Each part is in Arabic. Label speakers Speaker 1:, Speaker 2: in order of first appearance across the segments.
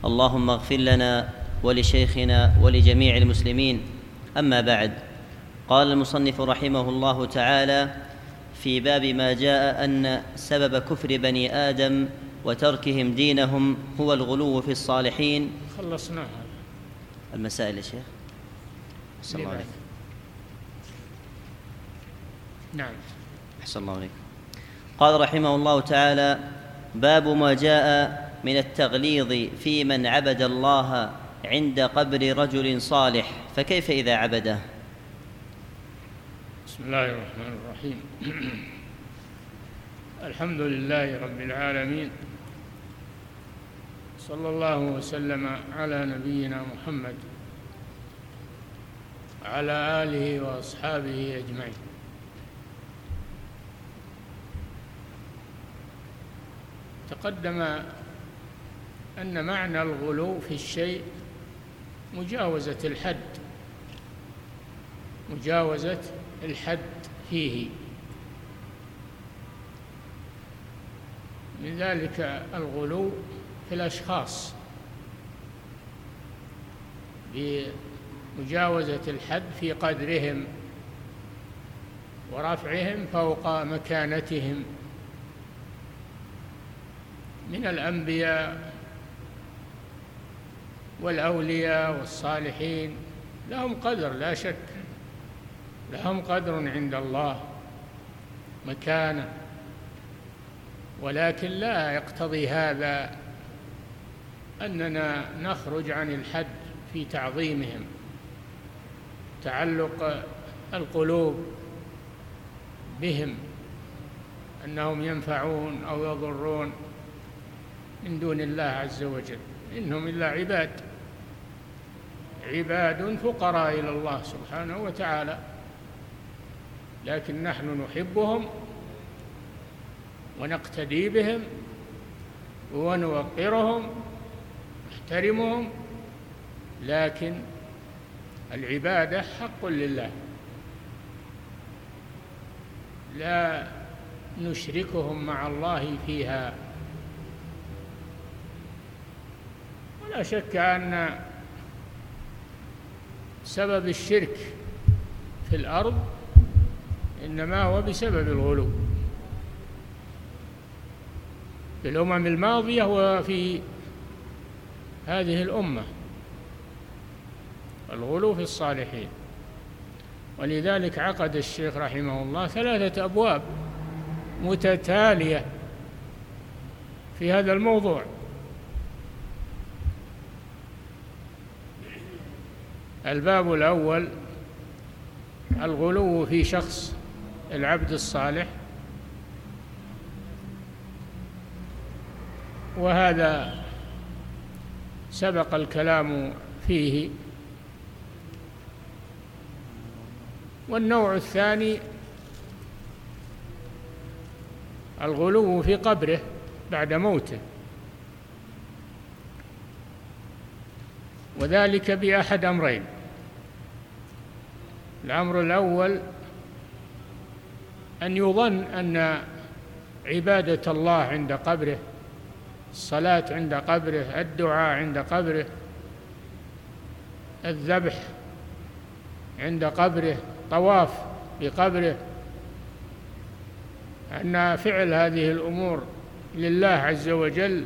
Speaker 1: اللهم اغفر لنا ولشيخنا ولجميع المسلمين. أما بعد، قال المصنف رحمه الله تعالى في باب ما جاء أن سبب كفر بني آدم وتركهم دينهم هو الغلو في الصالحين.
Speaker 2: خلصنا
Speaker 1: المسائل يا شيخ. أحسن الله عليك.
Speaker 2: نعم.
Speaker 1: أحسن الله عليك. قال رحمه الله تعالى: باب ما جاء من التغليظ في من عبد الله عند قبر رجل صالح، فكيف إذا عبده؟
Speaker 2: بسم الله الرحمن الرحيم. الحمد لله رب العالمين، صلى الله وسلم على نبينا محمد وعلى آله وأصحابه أجمعين. تقدم أن معنى الغلو في الشيء مجاوزة الحد فيه، من ذلك الغلو في الأشخاص بمجاوزة الحد في قدرهم ورفعهم فوق مكانتهم من الأنبياء والأولياء والصالحين. لهم قدر، لا شك، لهم قدر عند الله، مكانة، ولكن لا يقتضي هذا أننا نخرج عن الحد في تعظيمهم. تعلق القلوب بهم أنهم ينفعون أو يضرون من دون الله عز وجل، إنهم إلا عباد فقراء إلى الله سبحانه وتعالى، لكن نحن نحبهم ونقتدي بهم ونوقرهم نحترمهم، لكن العبادة حق لله، لا نشركهم مع الله فيها. ولا شك أن سبب الشرك في الأرض إنما هو بسبب الغلو في الأمم الماضية وفي هذه الأمة، الغلو في الصالحين. ولذلك عقد الشيخ رحمه الله 3 أبواب متتالية في هذا الموضوع. الباب الأول الغلو في شخص العبد الصالح، وهذا سبق الكلام فيه. والنوع الثاني الغلو في قبره بعد موته، وذلك بأحد أمرين. الأمر الأول أن يظن أن عبادة الله عند قبره، الصلاة عند قبره، الدعاء عند قبره، الذبح عند قبره، طواف بقبره، أن فعل هذه الأمور لله عز وجل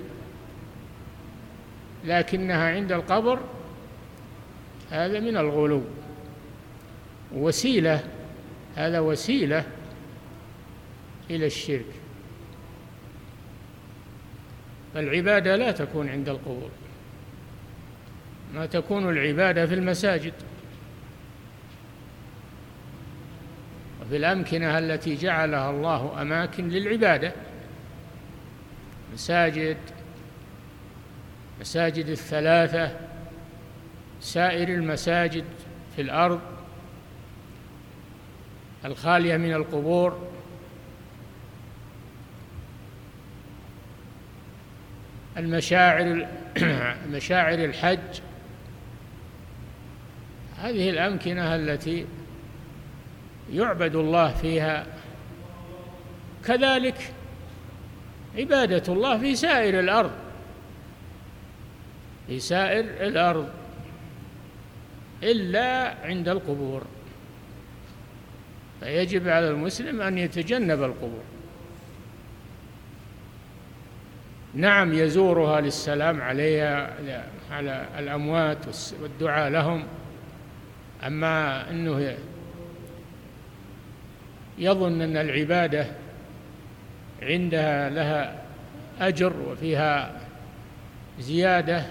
Speaker 2: لكنها عند القبر، هذا من الغلو، وسيلة، هذا وسيلة إلى الشرك. فالعبادة لا تكون عند القبور، ما تكون العبادة في المساجد وفي الأمكنة التي جعلها الله أماكن للعبادة، مساجد 3، سائر المساجد في الأرض الخالية من القبور، مشاعر الحج، هذه الأمكنة التي يعبد الله فيها. كذلك عبادة الله في سائر الأرض، في سائر الأرض إلا عند القبور، فيجب على المسلم أن يتجنب القبور. نعم يزورها للسلام عليها على الأموات والدعاء لهم، أما أنه يظن أن العبادة عندها لها أجر وفيها زيادة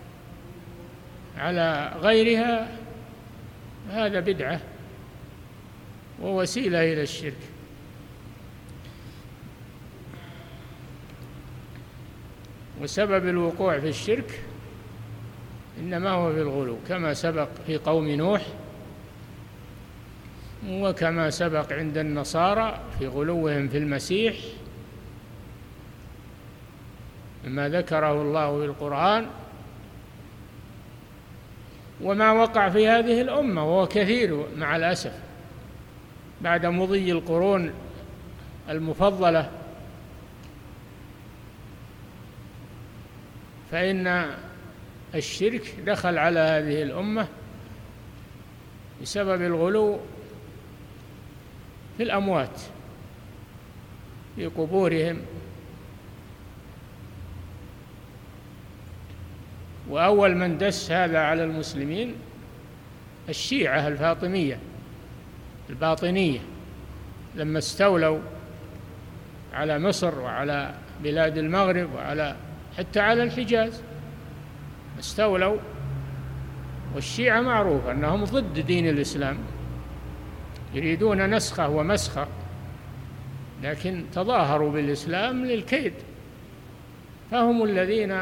Speaker 2: على غيرها، هذا بدعة ووسيلة إلى الشرك. وسبب الوقوع في الشرك إنما هو في الغلو، كما سبق في قوم نوح، وكما سبق عند النصارى في غلوهم في المسيح، ما ذكره الله في القرآن، وما وقع في هذه الأمة وهو كثير مع الأسف بعد مضي القرون المفضلة. فإن الشرك دخل على هذه الأمة بسبب الغلو في الأموات في قبورهم. وأول من دس هذا على المسلمين الشيعة الفاطمية الباطنية، لما استولوا على مصر وعلى بلاد المغرب وعلى حتى على الحجاز استولوا. والشيعة معروف أنهم ضد دين الإسلام، يريدون نسخه ومسخه، لكن تظاهروا بالإسلام للكيد، فهم الذين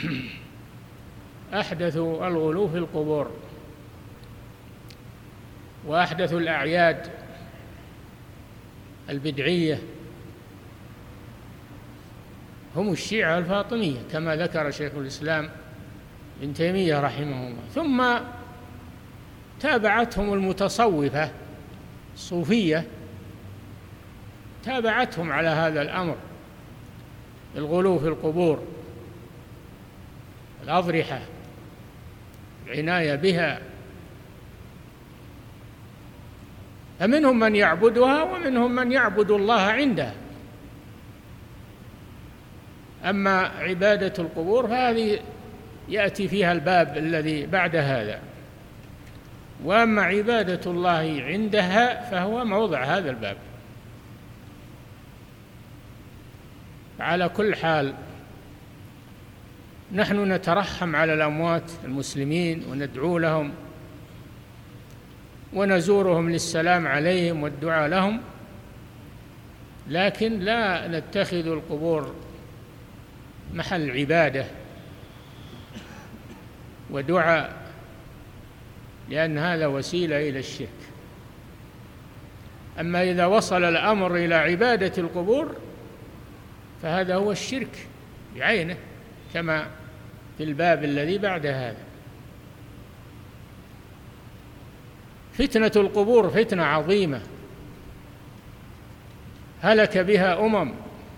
Speaker 2: أحدثوا الغلو في القبور وأحدثوا الأعياد البدعية، هم الشيعة الفاطمية كما ذكر شيخ الإسلام ابن تيمية رحمه الله. ثم تابعتهم المتصوفة الصوفية، تابعتهم على هذا الأمر، الغلو في القبور، الأضرحة، العناية بها، فمنهم من يعبدها ومنهم من يعبد الله عندها. أما عبادة القبور فهذه يأتي فيها الباب الذي بعد هذا، وأما عبادة الله عندها فهو موضع هذا الباب. على كل حال نحن نترحم على الأموات المسلمين وندعو لهم ونزورهم للسلام عليهم والدعاء لهم، لكن لا نتخذ القبور محل عبادة ودعاء، لأن هذا وسيلة إلى الشرك. أما إذا وصل الأمر إلى عبادة القبور فهذا هو الشرك بعينه، كما في الباب الذي بعد هذا. فتنة القبور فتنة عظيمة هلك بها أمم،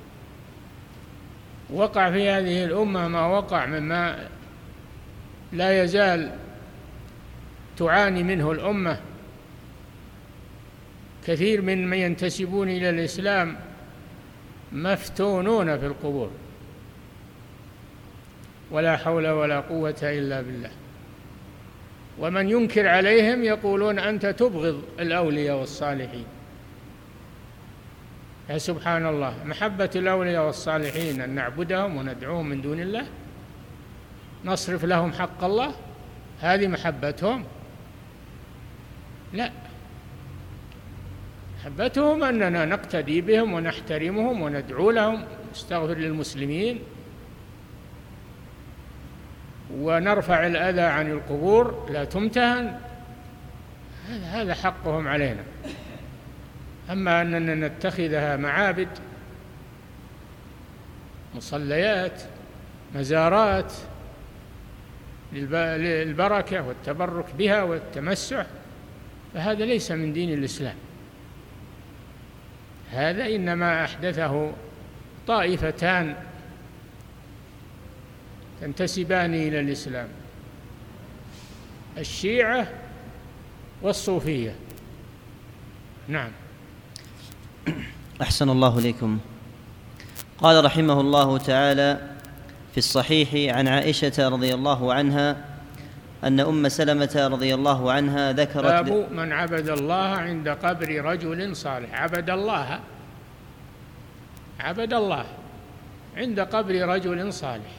Speaker 2: وقع في هذه الأمة ما وقع مما لا يزال تعاني منه الأمة. كثير من ينتسبون إلى الإسلام مفتونون في القبور، ولا حول ولا قوة إلا بالله. ومن ينكر عليهم يقولون أنت تبغض الأولياء والصالحين. يا سبحان الله، محبة الأولياء والصالحين أن نعبدهم وندعوهم من دون الله، نصرف لهم حق الله، هذه محبتهم؟ لا، محبتهم أننا نقتدي بهم ونحترمهم وندعو لهم، نستغفر للمسلمين ونرفع الأذى عن القبور لا تمتهن، هذا حقهم علينا. أما أننا نتخذها معابد، مصليات، مزارات للبركة والتبرك بها والتمسح، فهذا ليس من دين الإسلام. هذا إنما أحدثه طائفتان تنتسبان إلى الإسلام: الشيعة والصوفية. نعم.
Speaker 1: أحسن الله إليكم. قال رحمه الله تعالى: في الصحيح عن عائشة رضي الله عنها أن أم سلمة رضي الله عنها ذكرت
Speaker 2: باب من عبد الله عند قبر رجل صالح. عبد الله عند قبر رجل صالح.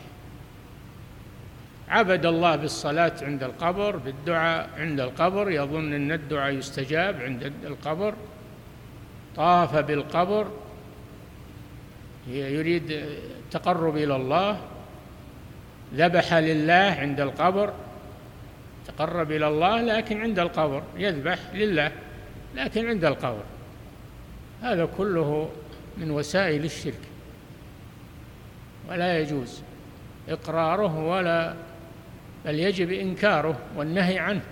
Speaker 2: عبد الله بالصلاة عند القبر، بالدعاء عند القبر، يظن أن الدعاء يستجاب عند القبر، طاف بالقبر يريد التقرب إلى الله، ذبح لله عند القبر، تقرب إلى الله لكن عند القبر، يذبح لله لكن عند القبر. هذا كله من وسائل الشرك، ولا يجوز إقراره بل يجب إنكاره والنهي عنه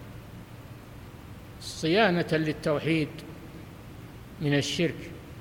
Speaker 2: صيانة للتوحيد من الشرك.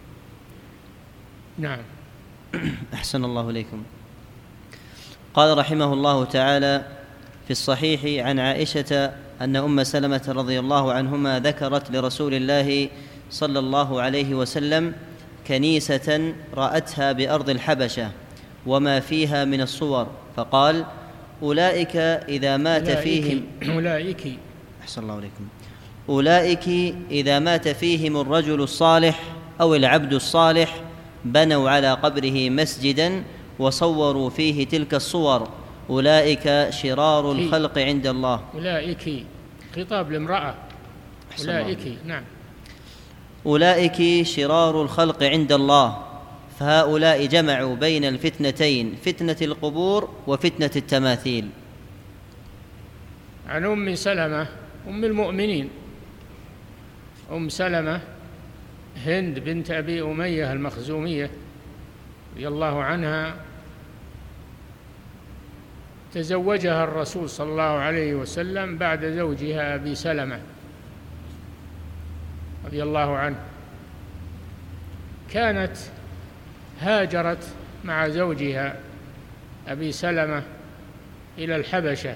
Speaker 2: نعم.
Speaker 1: أحسن الله إليكم. قال رحمه الله تعالى: في الصحيح عن عائشة أن أم سلمة رضي الله عنهما ذكرت لرسول الله صلى الله عليه وسلم كنيسة رأتها بأرض الحبشة وما فيها من الصور، فقال: أولئك إذا مات فيهم أحسن الله عليكم. أولئك إذا مات فيهم الرجل الصالح أو العبد الصالح بنوا على قبره مسجدا وصوروا فيه تلك الصور، أولئك شرار الخلق عند الله.
Speaker 2: أولئك خطاب لامرأة. أولئك. نعم.
Speaker 1: أولئك شرار الخلق عند الله، فهؤلاء جمعوا بين الفتنتين، فتنة القبور وفتنة التماثيل.
Speaker 2: عن أم سلمة أم المؤمنين، أم سلمة هند بنت أبي أمية المخزومية رضي الله عنها، تزوجها الرسول صلى الله عليه وسلم بعد زوجها أبي سلمة رضي الله عنه. كانت هاجرت مع زوجها أبي سلمة إلى الحبشة،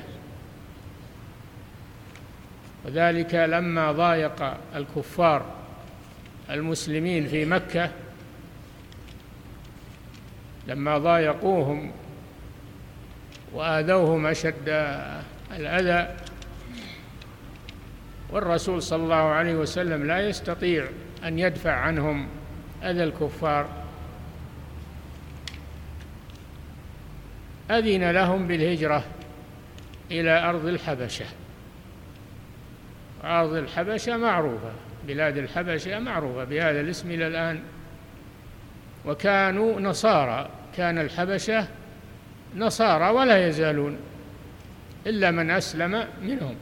Speaker 2: وذلك لما ضايق الكفار المسلمين في مكة، لما ضايقوهم وآذوهم أشد الأذى، والرسول صلى الله عليه وسلم لا يستطيع أن يدفع عنهم أذى الكفار، أذن لهم بالهجرة إلى أرض الحبشة. أرض الحبشة معروفة، بلاد الحبشة معروفة بهذا الاسم إلى الآن، وكانوا نصارى، كان الحبشة نصارى ولا يزالون إلا من أسلم منهم،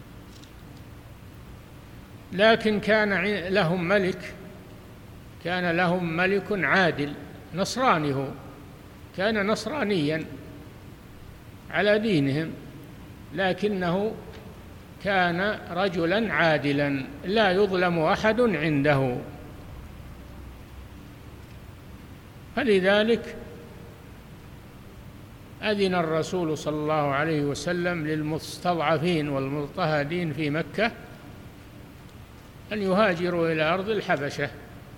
Speaker 2: لكن كان لهم ملك عادل نصراني، هو كان نصرانيا على دينهم، لكنه كان رجلا عادلا لا يظلم أحد عنده، فلذلك أذن الرسول صلى الله عليه وسلم للمستضعفين والمضطهدين في مكة أن يهاجروا إلى أرض الحبشة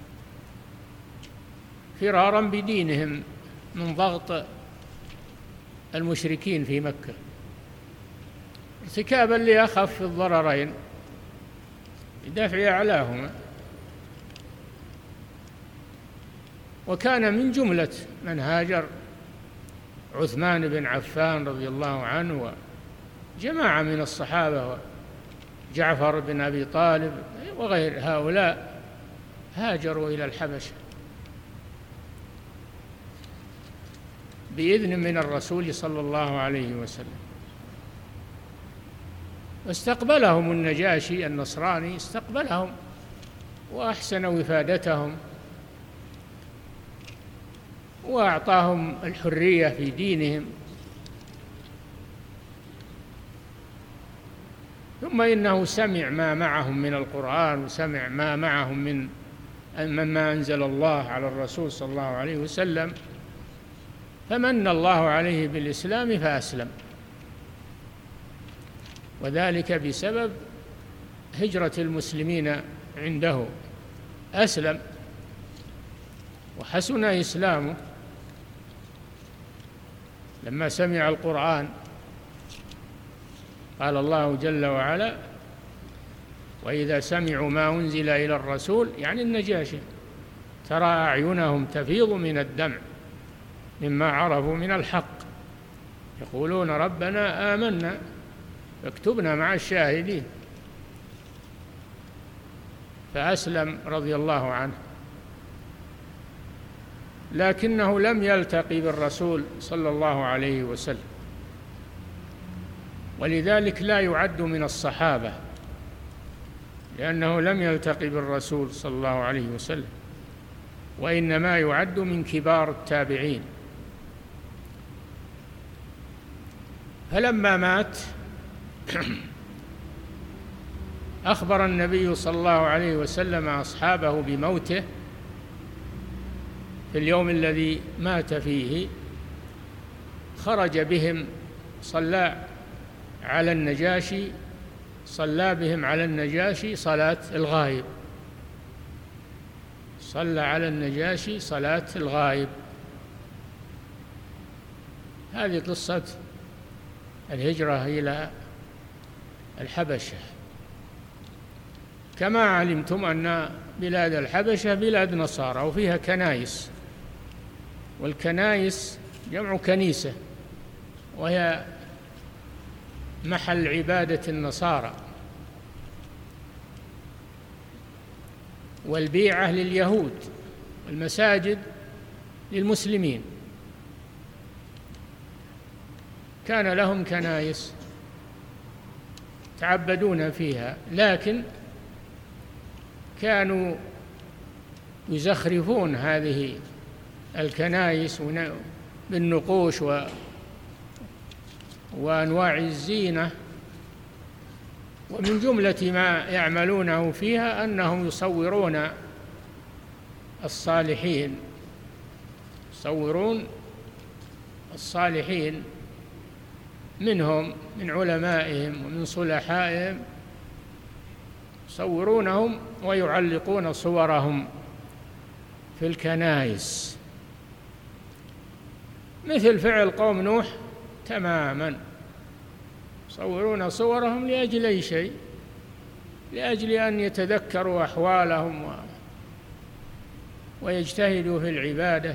Speaker 2: فرارا بدينهم من ضغط المشركين في مكة، ارتكابا لأخف الضررين بدفع أعلاهما. وكان من جملة من هاجر عثمان بن عفان رضي الله عنه وجماعة من الصحابة وجعفر بن أبي طالب وغير هؤلاء، هاجروا إلى الحبشة بإذن من الرسول صلى الله عليه وسلم، واستقبلهم النجاشي النصراني، استقبلهم وأحسن وفادتهم وأعطاهم الحرية في دينهم. ثم إنه سمع ما معهم من القرآن، وسمع ما معهم من مما أنزل الله على الرسول صلى الله عليه وسلم، فمن الله عليه بالإسلام فأسلم، وذلك بسبب هجرة المسلمين عنده، أسلم وحسن إسلامه لما سمع القرآن. قال الله جل وعلا: وإذا سمعوا ما أنزل إلى الرسول، يعني النجاشي، ترى أعينهم تفيض من الدمع مما عرفوا من الحق، يقولون ربنا آمنا فاكتبنا مع الشاهدين. فأسلم رضي الله عنه، لكنه لم يلتقي بالرسول صلى الله عليه وسلم، ولذلك لا يعد من الصحابة، لأنه لم يلتقي بالرسول صلى الله عليه وسلم، وإنما يعد من كبار التابعين. فلما مات أخبر النبي صلى الله عليه وسلم أصحابه بموته في اليوم الذي مات فيه، خرج بهم صلى بهم على النجاشي صلاة الغائب، صلى على النجاشي صلاة الغائب. هذه قصة الهجرة إلى الحبشة. كما علمتم أن بلاد الحبشة بلاد نصارى وفيها كنائس، والكنائس جمع كنيسة، وهي محل عبادة النصارى، والبيعة لليهود، والمساجد للمسلمين. كان لهم كنائس يتعبدون فيها، لكن كانوا يزخرفون هذه الكنائس بالنقوش وأنواع الزينة، ومن جملة ما يعملونه فيها أنهم يصورون الصالحين منهم، من علمائهم ومن صلحائهم، يصورونهم ويعلقون صورهم في الكنائس، مثل فعل قوم نوح تماما. يصورون صورهم لأجل أي شيء؟ لأجل أن يتذكروا أحوالهم ويجتهدوا في العبادة،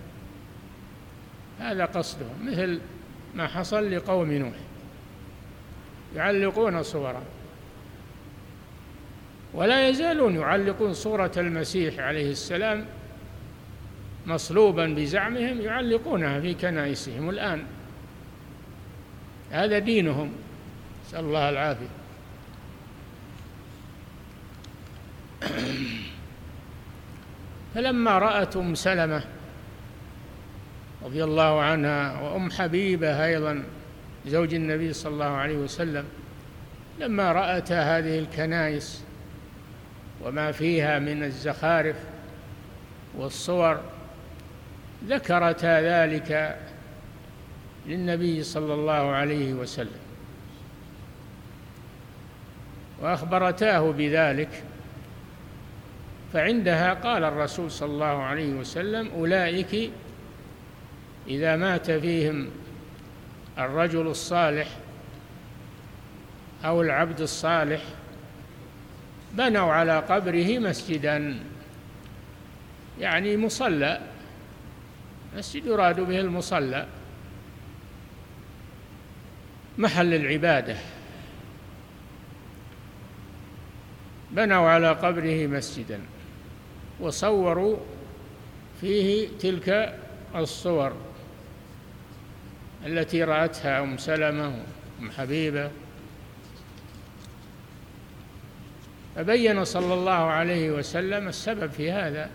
Speaker 2: هذا قصدهم، مثل ما حصل لقوم نوح، يعلقون صورهم، ولا يزالون يعلقون صورة المسيح عليه السلام مصلوبا بزعمهم، يعلقونها في كنائسهم الآن، هذا دينهم، نسأل الله العافية. فلما رأت أم سلمة رضي الله عنها وأم حبيبة أيضا زوج النبي صلى الله عليه وسلم، لما رأتا هذه الكنائس وما فيها من الزخارف والصور، ذكرتا ذلك للنبي صلى الله عليه وسلم وأخبرتاه بذلك. فعندها قال الرسول صلى الله عليه وسلم: أولئك إذا مات فيهم الرجل الصالح أو العبد الصالح بنوا على قبره مسجدا، يعني مصلى، مسجد يراد به المصلى، محل العبادة، بنوا على قبره مسجدا وصوروا فيه تلك الصور التي رأتها أم سلمة وأم حبيبة. فبين صلى الله عليه وسلم السبب في هذا،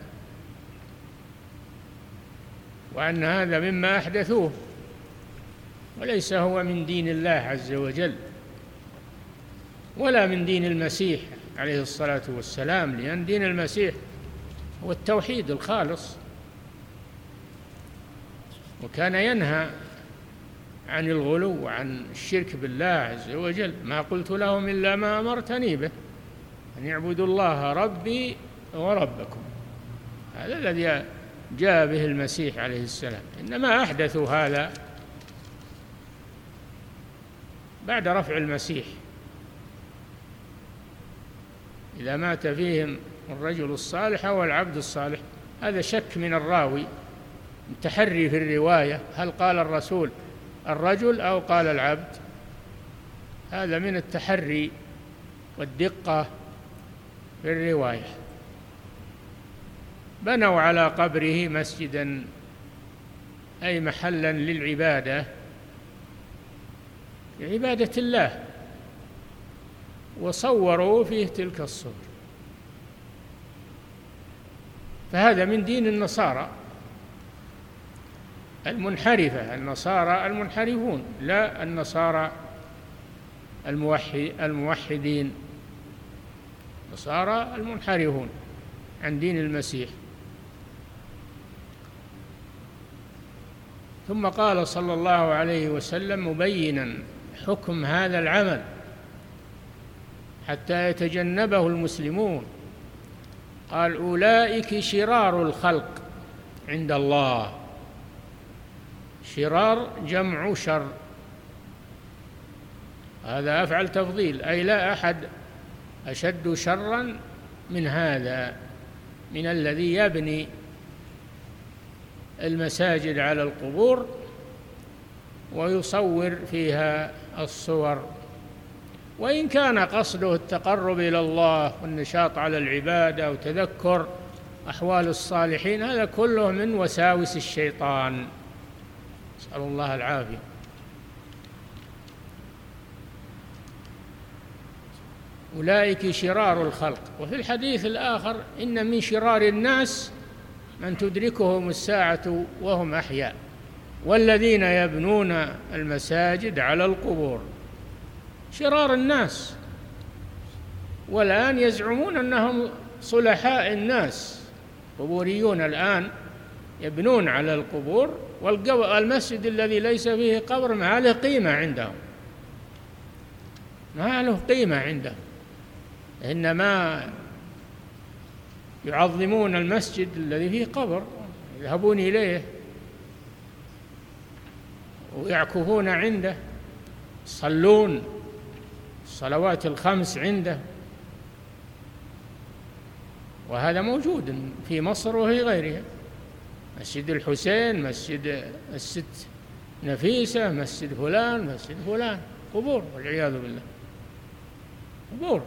Speaker 2: وأن هذا مما أحدثوه وليس هو من دين الله عز وجل ولا من دين المسيح عليه الصلاة والسلام، لأن دين المسيح هو التوحيد الخالص، وكان ينهى عن الغلو وعن الشرك بالله عز وجل. ما قلت لهم إلا ما أمرتني به أن يعبدوا الله ربي وربكم. هذا الذي جاء به المسيح عليه السلام. إنما أحدثوا هذا بعد رفع المسيح. إذا مات فيهم الرجل الصالح أو العبد الصالح، هذا شك من الراوي، تحري في الرواية، هل قال الرسول الرجل أو قال العبد؟ هذا من التحري والدقة في الرواية. بنوا على قبره مسجدا، أي محلا للعبادة، لعبادة الله، وصوروا فيه تلك الصور. فهذا من دين النصارى المنحرفة. النصارى المنحرفون، لا النصارى الموحدين، النصارى المنحرفون عن دين المسيح. ثم قال صلى الله عليه وسلم مبينا حكم هذا العمل حتى يتجنبه المسلمون، قال أولئك شرار الخلق عند الله. شرار جمع شر، هذا أفعل تفضيل، أي لا أحد أشد شرا من هذا، من الذي يبني المساجد على القبور ويصور فيها الصور، وإن كان قصده التقرب إلى الله والنشاط على العبادة وتذكر أحوال الصالحين، هذا كله من وساوس الشيطان، نسأل الله العافية. أولئك شرار الخلق. وفي الحديث الآخر إن من شرار الناس من تدركهم الساعة وهم أحياء، والذين يبنون المساجد على القبور. شرار الناس، والآن يزعمون أنهم صلحاء الناس. قبوريون الآن يبنون على القبور، والمسجد الذي ليس فيه قبر ما له قيمة عندهم، ما له قيمة عندهم، إنما يعظمون المسجد الذي فيه قبر، يذهبون إليه ويعكفون عنده، يصلون الصلوات الخمس عنده. وهذا موجود في مصر وفي غيرها، مسجد الحسين، مسجد الست نفيسة، مسجد فلان، مسجد فلان، قبور والعياذ بالله، قبور،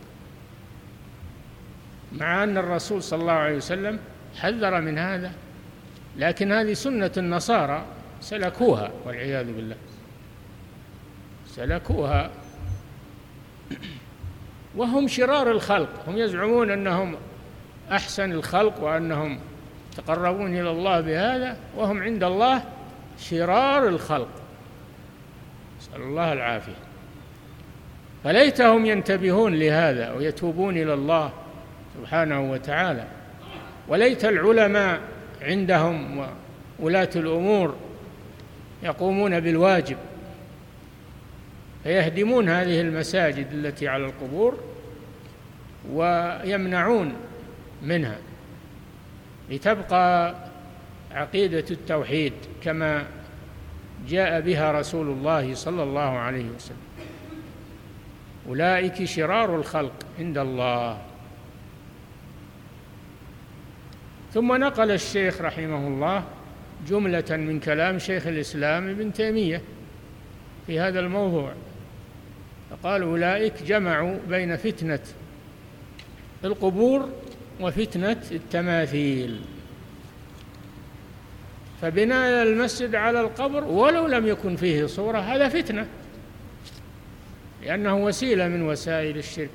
Speaker 2: مع أن الرسول صلى الله عليه وسلم حذر من هذا، لكن هذه سنة النصارى سلكوها والعياذ بالله، سلكوها، وهم شرار الخلق. هم يزعمون أنهم أحسن الخلق وأنهم يتقربون إلى الله بهذا، وهم عند الله شرار الخلق، نسأل الله العافية. فليتهم ينتبهون لهذا ويتوبون إلى الله سبحانه وتعالى، وليت العلماء عندهم وولاة الأمور يقومون بالواجب فيهدمون هذه المساجد التي على القبور ويمنعون منها، لتبقى عقيدة التوحيد كما جاء بها رسول الله صلى الله عليه وسلم. أولئك شرار الخلق عند الله. ثم نقل الشيخ رحمه الله جملة من كلام شيخ الإسلام ابن تيمية في هذا الموضوع، فقال أولئك جمعوا بين فتنة القبور وفتنة التماثيل. فبناء المسجد على القبر ولو لم يكن فيه صورة هذا فتنة، لأنه وسيلة من وسائل الشرك.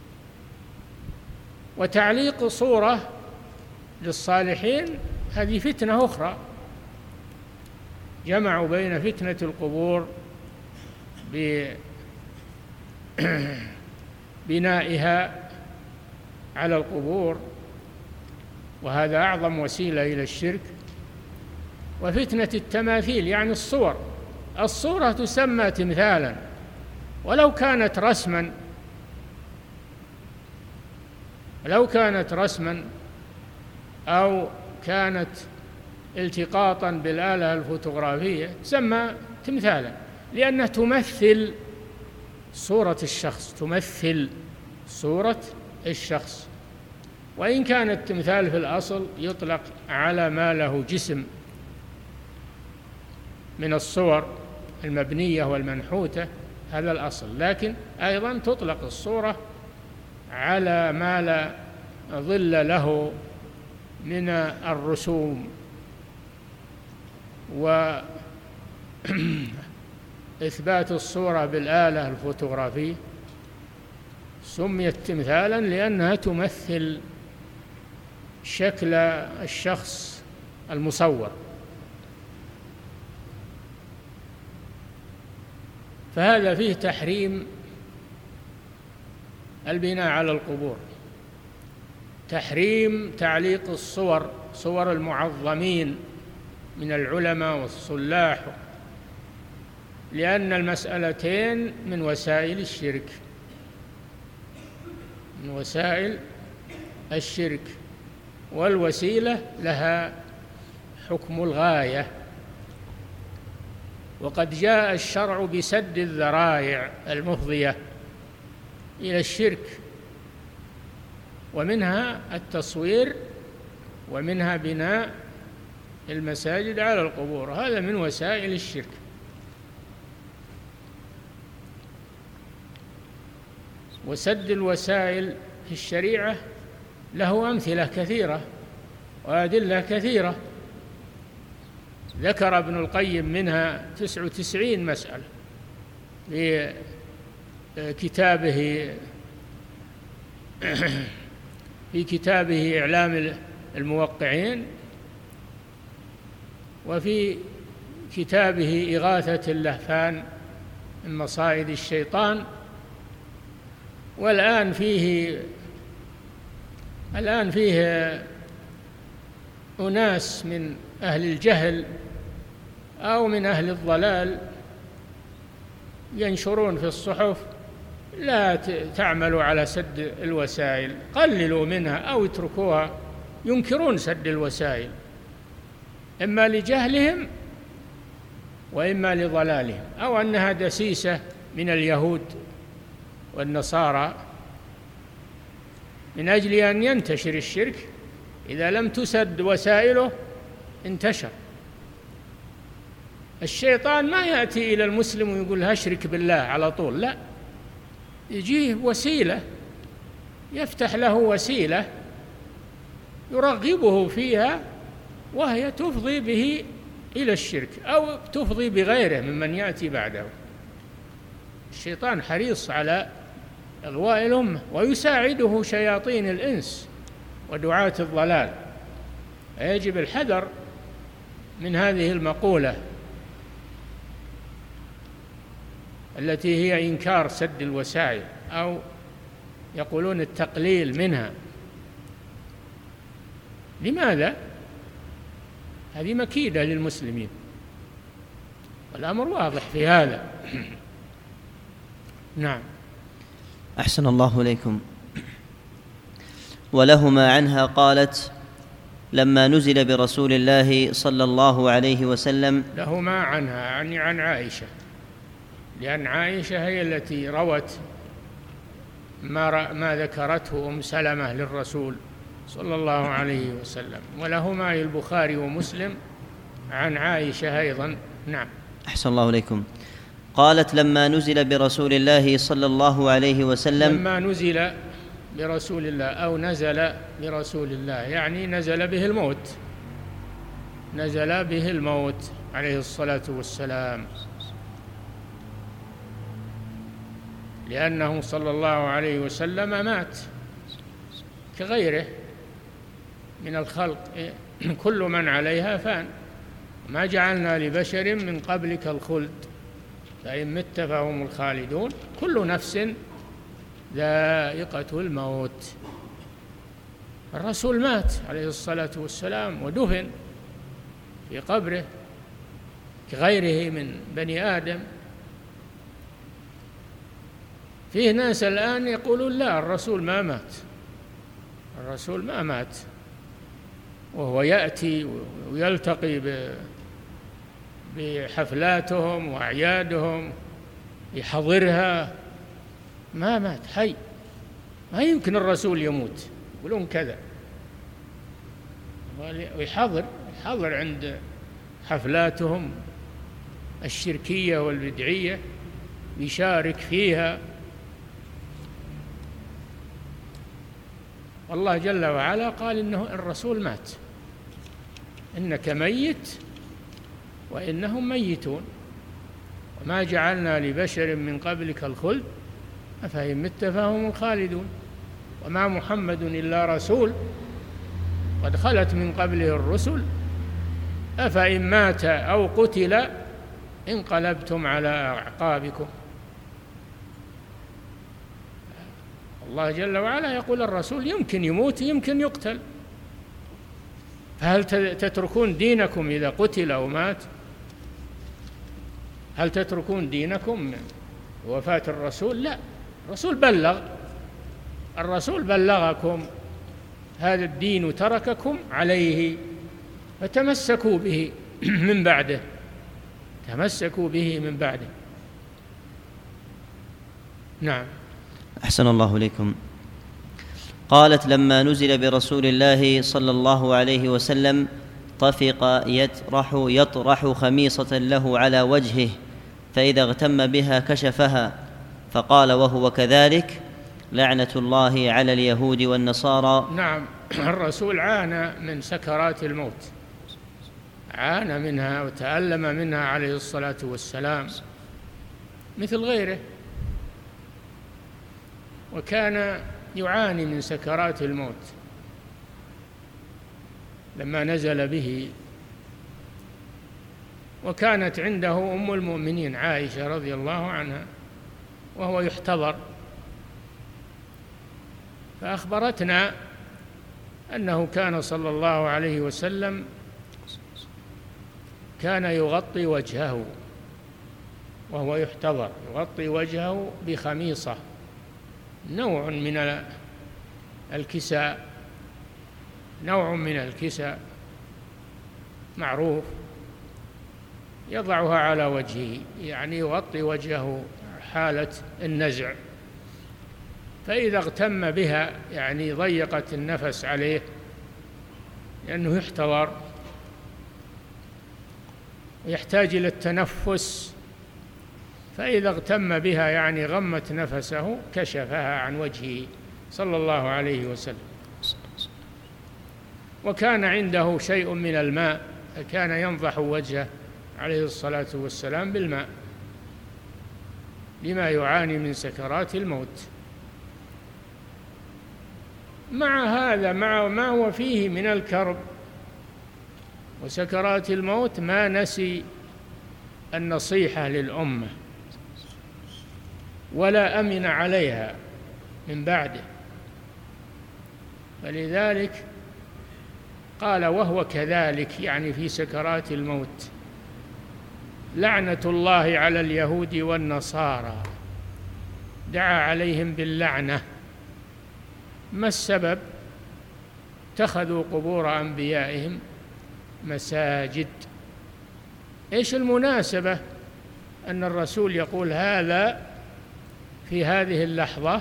Speaker 2: وتعليق صورة للصالحين هذه فتنة أخرى. جمعوا بين فتنة القبور ببنائها على القبور، وهذا أعظم وسيلة إلى الشرك، وفتنة التماثيل يعني الصورة تسمى تمثالا ولو كانت رسما أو كانت التقاطا بالآلة الفوتوغرافية تسمى تمثالا، لأنها تمثل صورة الشخص. وإن كان التمثال في الأصل يطلق على ما له جسم من الصور المبنية والمنحوتة، هذا الأصل، لكن أيضا تطلق الصورة على ما لا ظل له من الرسوم وإثبات الصورة بالآلة الفوتوغرافية. سميت تمثالا لأنها تمثل شكل الشخص المصور. فهذا فيه تحريم البناء على القبور، تحريم تعليق صور المعظمين من العلماء والصلاح، لأن المسألتين من وسائل الشرك، والوسيلة لها حكم الغاية. وقد جاء الشرع بسد الذرائع المفضية إلى الشرك، ومنها التصوير ومنها بناء المساجد على القبور، هذا من وسائل الشرك. وسد الوسائل في الشريعة له أمثلة كثيرة وأدلة كثيرة، ذكر ابن القيم منها 99 مسألة في كتابه إعلام الموقعين، وفي كتابه إغاثة اللهفان من مصائد الشيطان. والآن فيه أناس من أهل الجهل أو من أهل الضلال ينشرون في الصحف: لا تعملوا على سد الوسائل، قللوا منها أو اتركوها. ينكرون سد الوسائل إما لجهلهم وإما لضلالهم، أو أنها دسيسة من اليهود والنصارى من أجل أن ينتشر الشرك. إذا لم تسد وسائله انتشر. الشيطان ما يأتي إلى المسلم ويقول اشرك بالله على طول، لا، يجيه وسيلة، يفتح له وسيلة يرغبه فيها، وهي تفضي به إلى الشرك أو تفضي بغيره ممن يأتي بعده. الشيطان حريص على إغواء الأمة، ويساعده شياطين الإنس ودعاة الضلال. يجب الحذر من هذه المقولة التي هي إنكار سد الوسائل، أو يقولون التقليل منها. لماذا؟ هذه مكيدة للمسلمين، والأمر واضح في هذا. نعم.
Speaker 1: أحسن الله إليكم. ولهما عنها قالت: لما نزل برسول الله صلى الله عليه وسلم.
Speaker 2: لهما عنها يعني عن عائشة، لأن عائشة هي التي روت ما ذكرته أم سلمة للرسول صلى الله عليه وسلم. ولهما البخاري ومسلم عن عائشة أيضا. نعم.
Speaker 1: أحسن الله إليكم. قالت: لما نزل برسول الله صلى الله عليه وسلم.
Speaker 2: لما نزل برسول الله أو نزل برسول الله يعني نزل به الموت عليه الصلاة والسلام، لأنه صلى الله عليه وسلم مات كغيره من الخلق. كل من عليها فان، ما جعلنا لبشر من قبلك الخلد فإن مت فهم الخالدون، كل نفس ذائقة الموت. الرسول مات عليه الصلاة والسلام ودفن، في قبره كغيره من بني آدم. فيه ناس الآن يقولون لا، الرسول ما مات، الرسول ما مات، وهو يأتي ويلتقي بحفلاتهم وأعيادهم يحضرها، ما مات، حي، ما يمكن الرسول يموت، يقولون كذا. ويحضر عند حفلاتهم الشركية والبدعية، يشارك فيها. والله جل وعلا قال إنه الرسول مات، إنك ميت وإنهم ميتون، وما جعلنا لبشر من قبلك الخلد أفإن مت فهم الخالدون، وما محمد إلا رسول قد خلت من قبله الرسل أفإن مات أو قتل انقلبتم على أعقابكم. الله جل وعلا يقول الرسول يمكن يموت يمكن يقتل، فهل تتركون دينكم إذا قتل أو مات؟ هل تتركون دينكم وفاة الرسول؟ لا، الرسول بلغكم هذا الدين وترككم عليه، فتمسكوا به من بعده، تمسكوا به من بعده. نعم.
Speaker 1: أحسن الله إليكم. قالت: لما نزل برسول الله صلى الله عليه وسلم طفق يطرح خميصة له على وجهه، فإذا اغتم بها كشفها، فقال وهو كذلك: لعنة الله على اليهود والنصارى.
Speaker 2: نعم، الرسول عانى من سكرات الموت، عانى منها وتألم منها عليه الصلاة والسلام مثل غيره، وكان يعاني من سكرات الموت لما نزل به. وكانت عنده أم المؤمنين عائشة رضي الله عنها وهو يحتضر، فأخبرتنا أنه كان صلى الله عليه وسلم كان يغطي وجهه وهو يحتضر، يغطي وجهه بخميصة، نوع من الكساء، نوع من الكساء معروف، يضعها على وجهه، يعني يغطي وجهه حالة النزع. فإذا اغتم بها يعني ضيقت النفس عليه لأنه يحتضر ويحتاج إلى التنفس، فإذا اغتم بها يعني غمت نفسه كشفها عن وجهه صلى الله عليه وسلم. وكان عنده شيء من الماء، كان ينضح وجهه عليه الصلاة والسلام بالماء لما يعاني من سكرات الموت. مع هذا، مع ما هو فيه من الكرب وسكرات الموت، ما نسي النصيحة للأمة ولا أمن عليها من بعده، فلذلك قال وهو كذلك، يعني في سكرات الموت: لعنة الله على اليهود والنصارى. دعا عليهم باللعنة. ما السبب؟ اتخذوا قبور أنبيائهم مساجد. إيش المناسبة أن الرسول يقول هذا في هذه اللحظة؟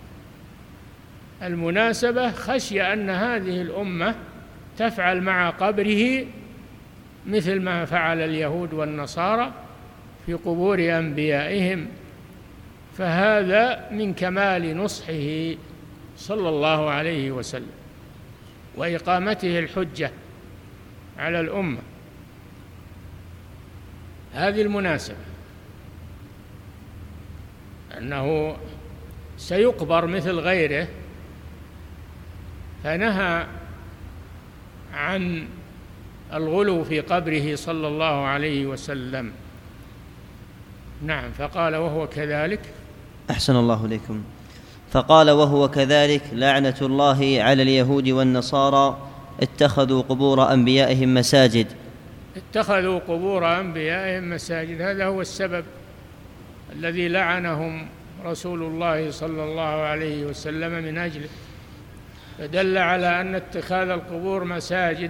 Speaker 2: المناسبة خشية أن هذه الأمة تفعل مع قبره مثل ما فعل اليهود والنصارى في قبور أنبيائهم، فهذا من كمال نصحه صلى الله عليه وسلم وإقامته الحجة على الأمة. هذه المناسبة، أنه سيقبر مثل غيره، فنهى عن الغلو في قبره صلى الله عليه وسلم. نعم. فقال وهو كذلك.
Speaker 1: أحسن الله إليكم. فقال وهو كذلك: لعنة الله على اليهود والنصارى اتخذوا قبور أنبيائهم مساجد.
Speaker 2: اتخذوا قبور أنبيائهم مساجد، هذا هو السبب الذي لعنهم رسول الله صلى الله عليه وسلم من أجله، فدل على أن اتخاذ القبور مساجد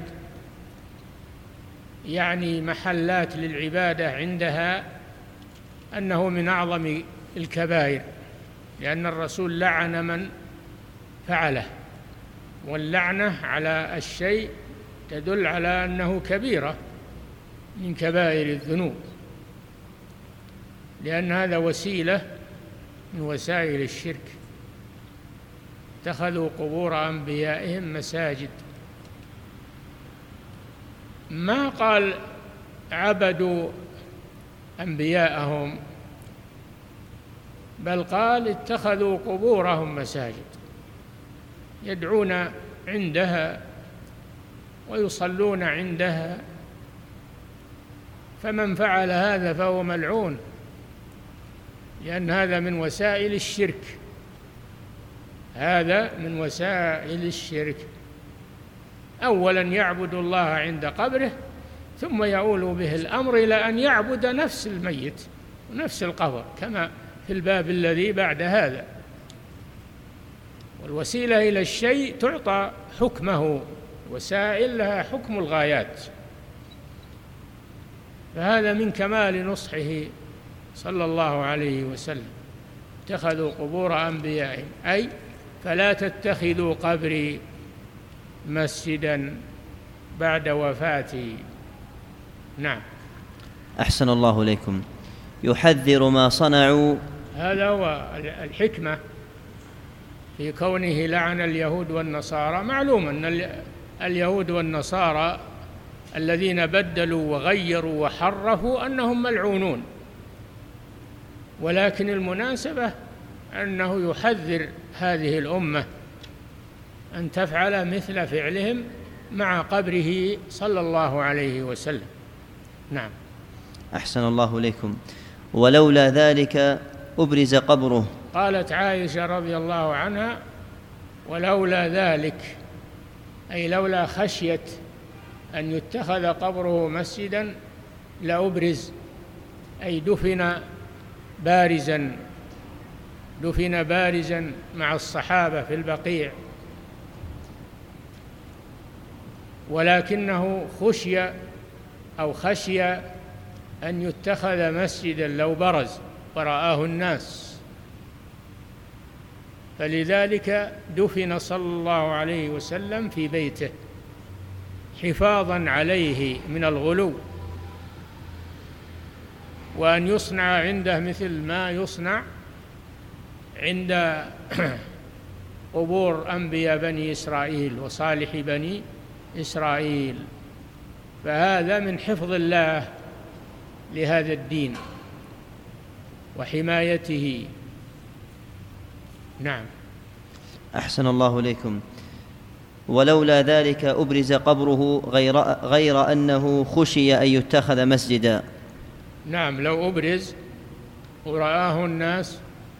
Speaker 2: يعني محلات للعبادة عندها أنه من أعظم الكبائر، لأن الرسول لعن من فعله، واللعنة على الشيء تدل على أنه كبيرة من كبائر الذنوب، لأن هذا وسيلة من وسائل الشرك. اتخذوا قبور أنبيائهم مساجد، ما قال عبدوا أنبياءهم، بل قال اتخذوا قبورهم مساجد، يدعون عندها ويصلون عندها، فمن فعل هذا فهو ملعون، لأن هذا من وسائل الشرك، هذا من وسائل الشرك. أولا يعبد الله عند قبره، ثم يؤول به الأمر إلى أن يعبد نفس الميت ونفس القبر، كما في الباب الذي بعد هذا. والوسيلة إلى الشيء تعطى حكمه، وسائل لها حكم الغايات، فهذا من كمال نصحه صلى الله عليه وسلم. اتخذوا قبور أنبيائهم، أي فلا تتخذوا قبري مسجدا بعد وفاتي. نعم.
Speaker 1: أحسن الله إليكم. يحذر ما صنعوا،
Speaker 2: هذا هو الحكمة في كونه لعن اليهود والنصارى. معلوم أن اليهود والنصارى الذين بدلوا وغيروا وحرفوا أنهم ملعونون، ولكن المناسبة أنه يحذر هذه الأمة أن تفعل مثل فعلهم مع قبره صلى الله عليه وسلم. نعم.
Speaker 1: أحسن الله إليكم. ولولا ذلك أبرز قبره.
Speaker 2: قالت عائشة رضي الله عنها: ولولا ذلك، أي لولا خشية أن يتخذ قبره مسجدا لأبرز، أي دفن بارزا مع الصحابة في البقيع، ولكنه خشي أن يتخذ مسجدا لو برز ورآه الناس، فلذلك دفن صلى الله عليه وسلم في بيته حفاظا عليه من الغلو، وأن يصنع عنده مثل ما يصنع عند قبور أنبياء بني إسرائيل وصالح بني إسرائيل، فهذا من حفظ الله لهذا الدين وحمايته. نعم.
Speaker 1: أحسن الله إليكم. ولولا ذلك أبرز قبره غير أنه خشي أن يتخذ مسجدا.
Speaker 2: نعم، لو أبرز ورآه الناس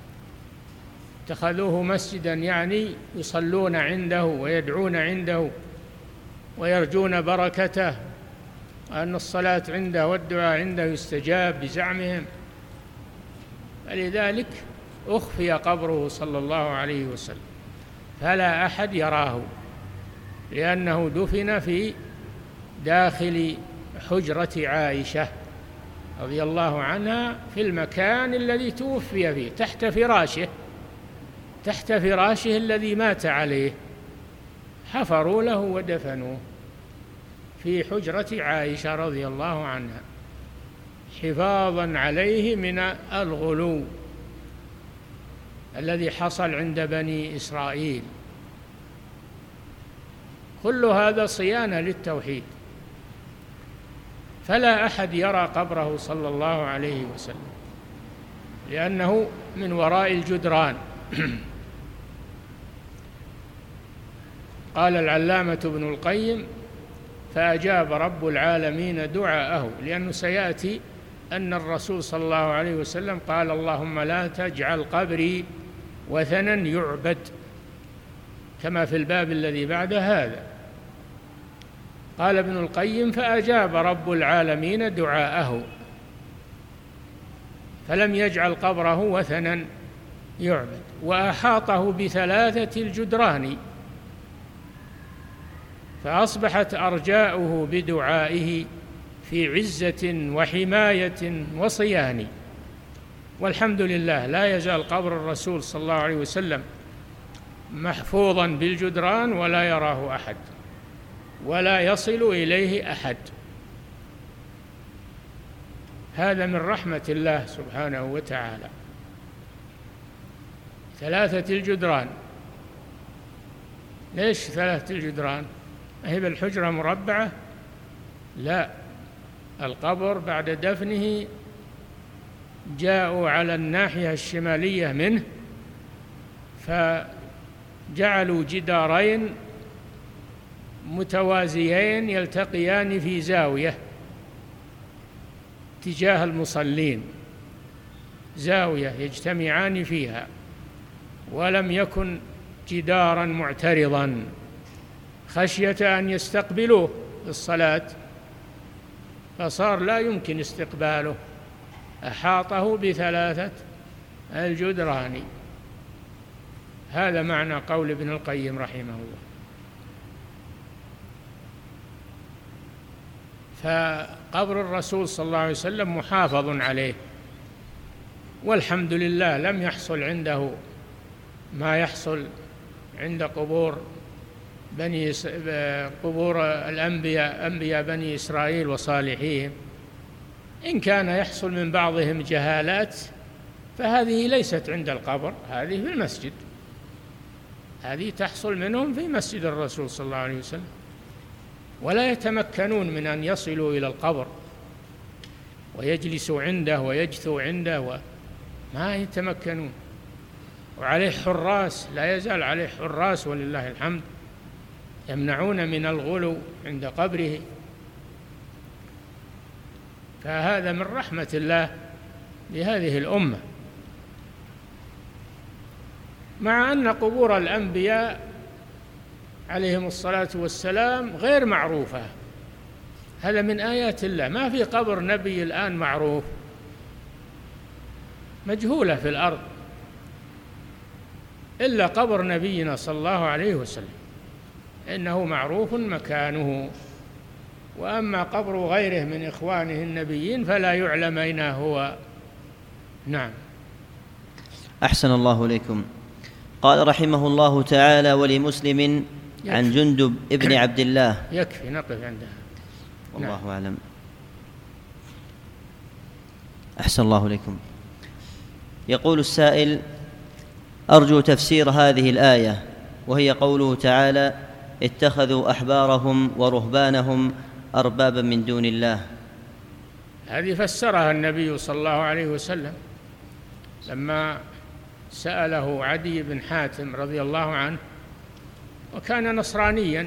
Speaker 2: اتخذوه مسجدا، يعني يصلون عنده ويدعون عنده ويرجون بركته، وأن الصلاة عنده والدعاء عنده يستجاب بزعمهم، فلذلك أخفي قبره صلى الله عليه وسلم فلا أحد يراه، لأنه دفن في داخل حجرة عائشة رضي الله عنها في المكان الذي توفي فيه، تحت فراشه الذي مات عليه، حفروا له ودفنوه في حجرة عائشة رضي الله عنها حفاظا عليه من الغلو الذي حصل عند بني إسرائيل. كل هذا صيانة للتوحيد، فلا أحد يرى قبره صلى الله عليه وسلم، لأنه من وراء الجدران. قال العلامة ابن القيم: فأجاب رب العالمين دعاءه، لأنه سيأتي أن الرسول صلى الله عليه وسلم قال: اللهم لا تجعل قبري وثنا يعبد، كما في الباب الذي بعد هذا. قال ابن القيم: فأجاب رب العالمين دعاءه، فلم يجعل قبره وثنا يعبد، وأحاطه ب3 الجدران، فأصبحت أرجاؤه بدعائه في عزة وحماية وصيان. والحمد لله لا يزال قبر الرسول صلى الله عليه وسلم محفوظا بالجدران، ولا يراه أحد ولا يصل إليه أحد. هذا من رحمة الله سبحانه وتعالى. 3 الجدران. ليش 3 الجدران؟ هي بالحجرة مربعة؟ لا، القبر بعد دفنه جاءوا على الناحية الشمالية منه فجعلوا جدارين متوازيين يلتقيان في زاوية تجاه المصلين، زاوية يجتمعان فيها، ولم يكن جدارا معترضا خشية أن يستقبلوه للصلاة، فصار لا يمكن استقباله، أحاطه ب3 الجدران. هذا معنى قول ابن القيم رحمه الله. فقبر الرسول صلى الله عليه وسلم محافظ عليه، والحمد لله لم يحصل عنده ما يحصل عند قبور الأنبياء، أنبياء بني إسرائيل وصالحيهم. إن كان يحصل من بعضهم جهالات فهذه ليست عند القبر، هذه في المسجد، هذه تحصل منهم في مسجد الرسول صلى الله عليه وسلم، ولا يتمكنون من أن يصلوا إلى القبر ويجلسوا عنده ويجثوا عنده، ما يتمكنون. وعليه حراس، لا يزال عليه حراس ولله الحمد، يمنعون من الغلو عند قبره. فهذا من رحمة الله لهذه الأمة، مع أن قبور الأنبياء عليهم الصلاة والسلام غير معروفة. هذا من آيات الله، ما في قبر نبي الآن معروف، مجهولة في الأرض، إلا قبر نبينا صلى الله عليه وسلم إنه معروف مكانه. وأما قبر غيره من إخوانه النبيين فلا يعلم أين هو. نعم.
Speaker 1: أحسن الله إليكم. قال رحمه الله تعالى: ولمسلم عن جندب ابن عبد الله.
Speaker 2: يكفي نقف عندها،
Speaker 1: والله نعم. أعلم. أحسن الله إليكم. يقول السائل: أرجو تفسير هذه الآية، وهي قوله تعالى: اتخذوا أحبارهم ورهبانهم أربابا من دون الله.
Speaker 2: هذه فسرها النبي صلى الله عليه وسلم لما سأله عدي بن حاتم رضي الله عنه، وكان نصرانيا،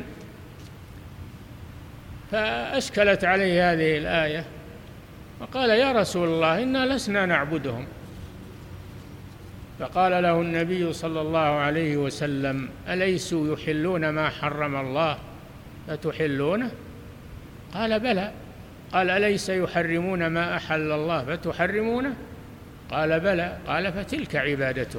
Speaker 2: فأشكلت عليه هذه الآية، وقال: يا رسول الله، إنا لسنا نعبدهم. فقال له النبي صلى الله عليه وسلم: أليسوا يحلون ما حرم الله فتحلونه؟ قال: بلى. قال: أليس يحرمون ما أحل الله فتحرمونه؟ قال: بلى. قال: فتلك عبادتهم.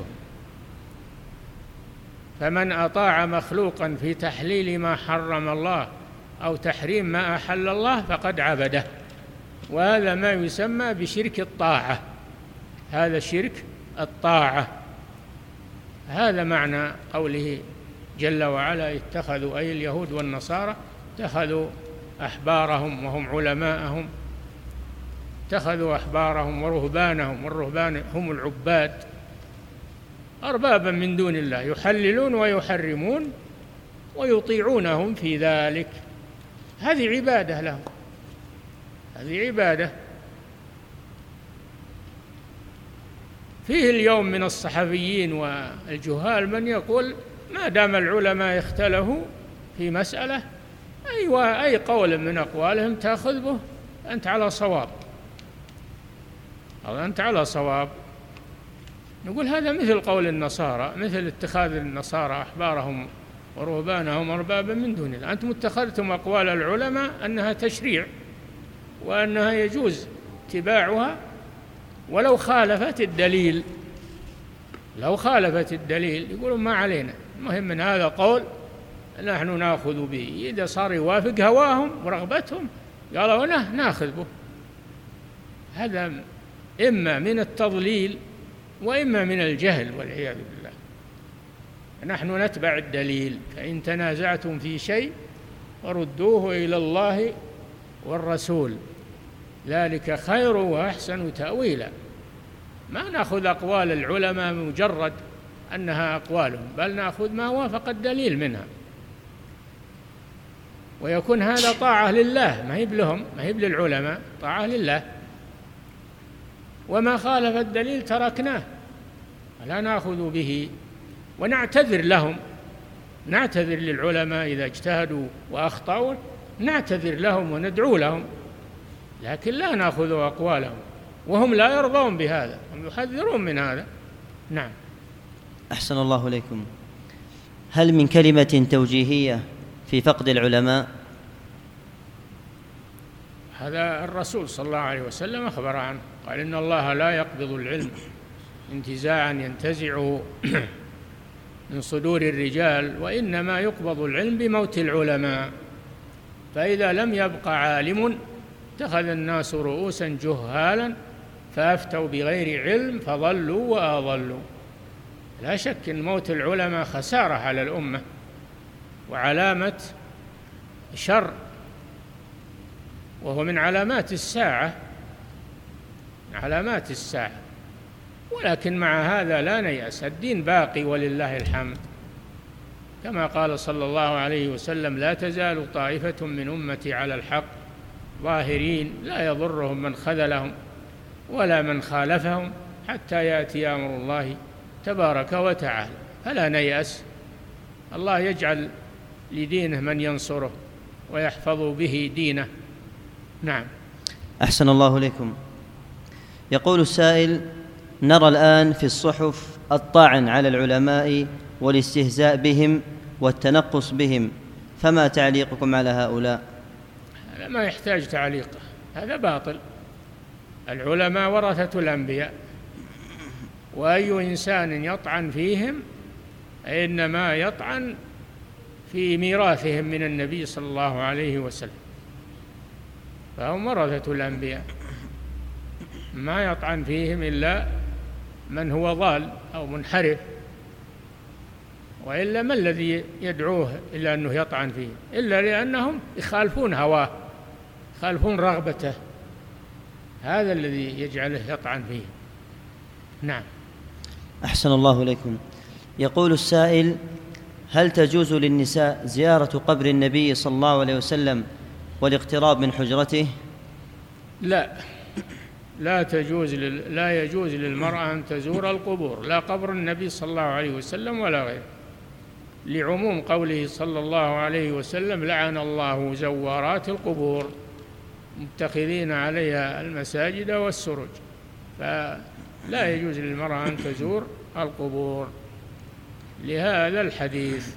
Speaker 2: فمن أطاع مخلوقا في تحليل ما حرم الله أو تحريم ما أحل الله فقد عبده، وهذا ما يسمى بشرك الطاعة، هذا شرك الطاعة. هذا معنى قوله جل وعلا: اتخذوا، أي اليهود والنصارى، اتخذوا أحبارهم وهم علماءهم، اتخذوا أحبارهم ورهبانهم، والرهبان هم العباد، أربابا من دون الله، يحللون ويحرمون ويطيعونهم في ذلك. هذه عبادة لهم، هذه عبادة. فيه اليوم من الصحفيين والجهال من يقول: ما دام العلماء اختلفوا في مسألة، أي قول من أقوالهم تأخذ به، أنت على صواب، أو أنت على صواب. نقول هذا مثل قول النصارى، مثل اتخاذ النصارى أحبارهم ورهبانهم أربابا من دون الله. أنتم اتخذتم أقوال العلماء أنها تشريع وأنها يجوز اتباعها ولو خالفت الدليل. لو خالفت الدليل يقولون ما علينا، المهم من هذا قول نحن نأخذ به، إذا صار يوافق هواهم ورغبتهم قالوا نأخذ به. هذا إما من التضليل وإما من الجهل والعياذ بالله. نحن نتبع الدليل، فإن تنازعتم في شيء فردوه إلى الله والرسول، ذلك خير وأحسن تأويلا. ما نأخذ أقوال العلماء مجرد أنها أقوالهم، بل نأخذ ما وافق الدليل منها، ويكون هذا طاعة لله، ما هي لهم، ما هي للعلماء، طاعة لله. وما خالف الدليل تركناه ولا نأخذ به، ونعتذر لهم، نعتذر للعلماء إذا اجتهدوا وأخطأوا، نعتذر لهم وندعو لهم، لكن لا نأخذ أقوالهم، وهم لا يرضون بهذا، هم يحذرون من هذا. نعم.
Speaker 1: أحسن الله إليكم. هل من كلمة توجيهية في فقد العلماء؟
Speaker 2: هذا الرسول صلى الله عليه وسلم أخبر عنه، قال إن الله لا يقبض العلم انتزاعا ينتزعه من صدور الرجال، وإنما يقبض العلم بموت العلماء، فإذا لم يبق عالم اتخذ الناس رؤوسا جهالا فأفتوا بغير علم فضلوا وأضلوا. لا شك أن موت العلماء خسارة على الأمة وعلامة شر، وهو من علامات الساعة، علامات الساعة. ولكن مع هذا لا نيأس، الدين باقي ولله الحمد، كما قال صلى الله عليه وسلم: لا تزال طائفة من أمتي على الحق ظاهرين لا يضرهم من خذلهم ولا من خالفهم حتى يأتي أمر الله تبارك وتعالى. فلا نيأس، الله يجعل لدينه من ينصره ويحفظ به دينه. نعم.
Speaker 1: أحسن الله إليكم. يقول السائل: نرى الآن في الصحف الطعن على العلماء والاستهزاء بهم والتنقص بهم، فما تعليقكم على هؤلاء؟
Speaker 2: هذا ما يحتاج تعليق، هذا باطل. العلماء ورثة الأنبياء، وأي إنسان يطعن فيهم إنما يطعن في ميراثهم من النبي صلى الله عليه وسلم، فهم ورثة الأنبياء، ما يطعن فيهم إلا من هو ضال أو منحرف، وإلا ما الذي يدعوه إلى أنه يطعن فيه إلا لأنهم يخالفون هواه، يخالفون رغبته، هذا الذي يجعله يطعن فيه. نعم.
Speaker 1: أحسن الله إليكم. يقول السائل: هل تجوز للنساء زيارة قبر النبي صلى الله عليه وسلم والاقتراب من حجرته؟
Speaker 2: لا يجوز للمرأة أن تزور القبور، لا قبر النبي صلى الله عليه وسلم ولا غيره، لعموم قوله صلى الله عليه وسلم: لعن الله زوارات القبور متخذين عليها المساجد والسرج. فلا يجوز للمرأة أن تزور القبور لهذا الحديث.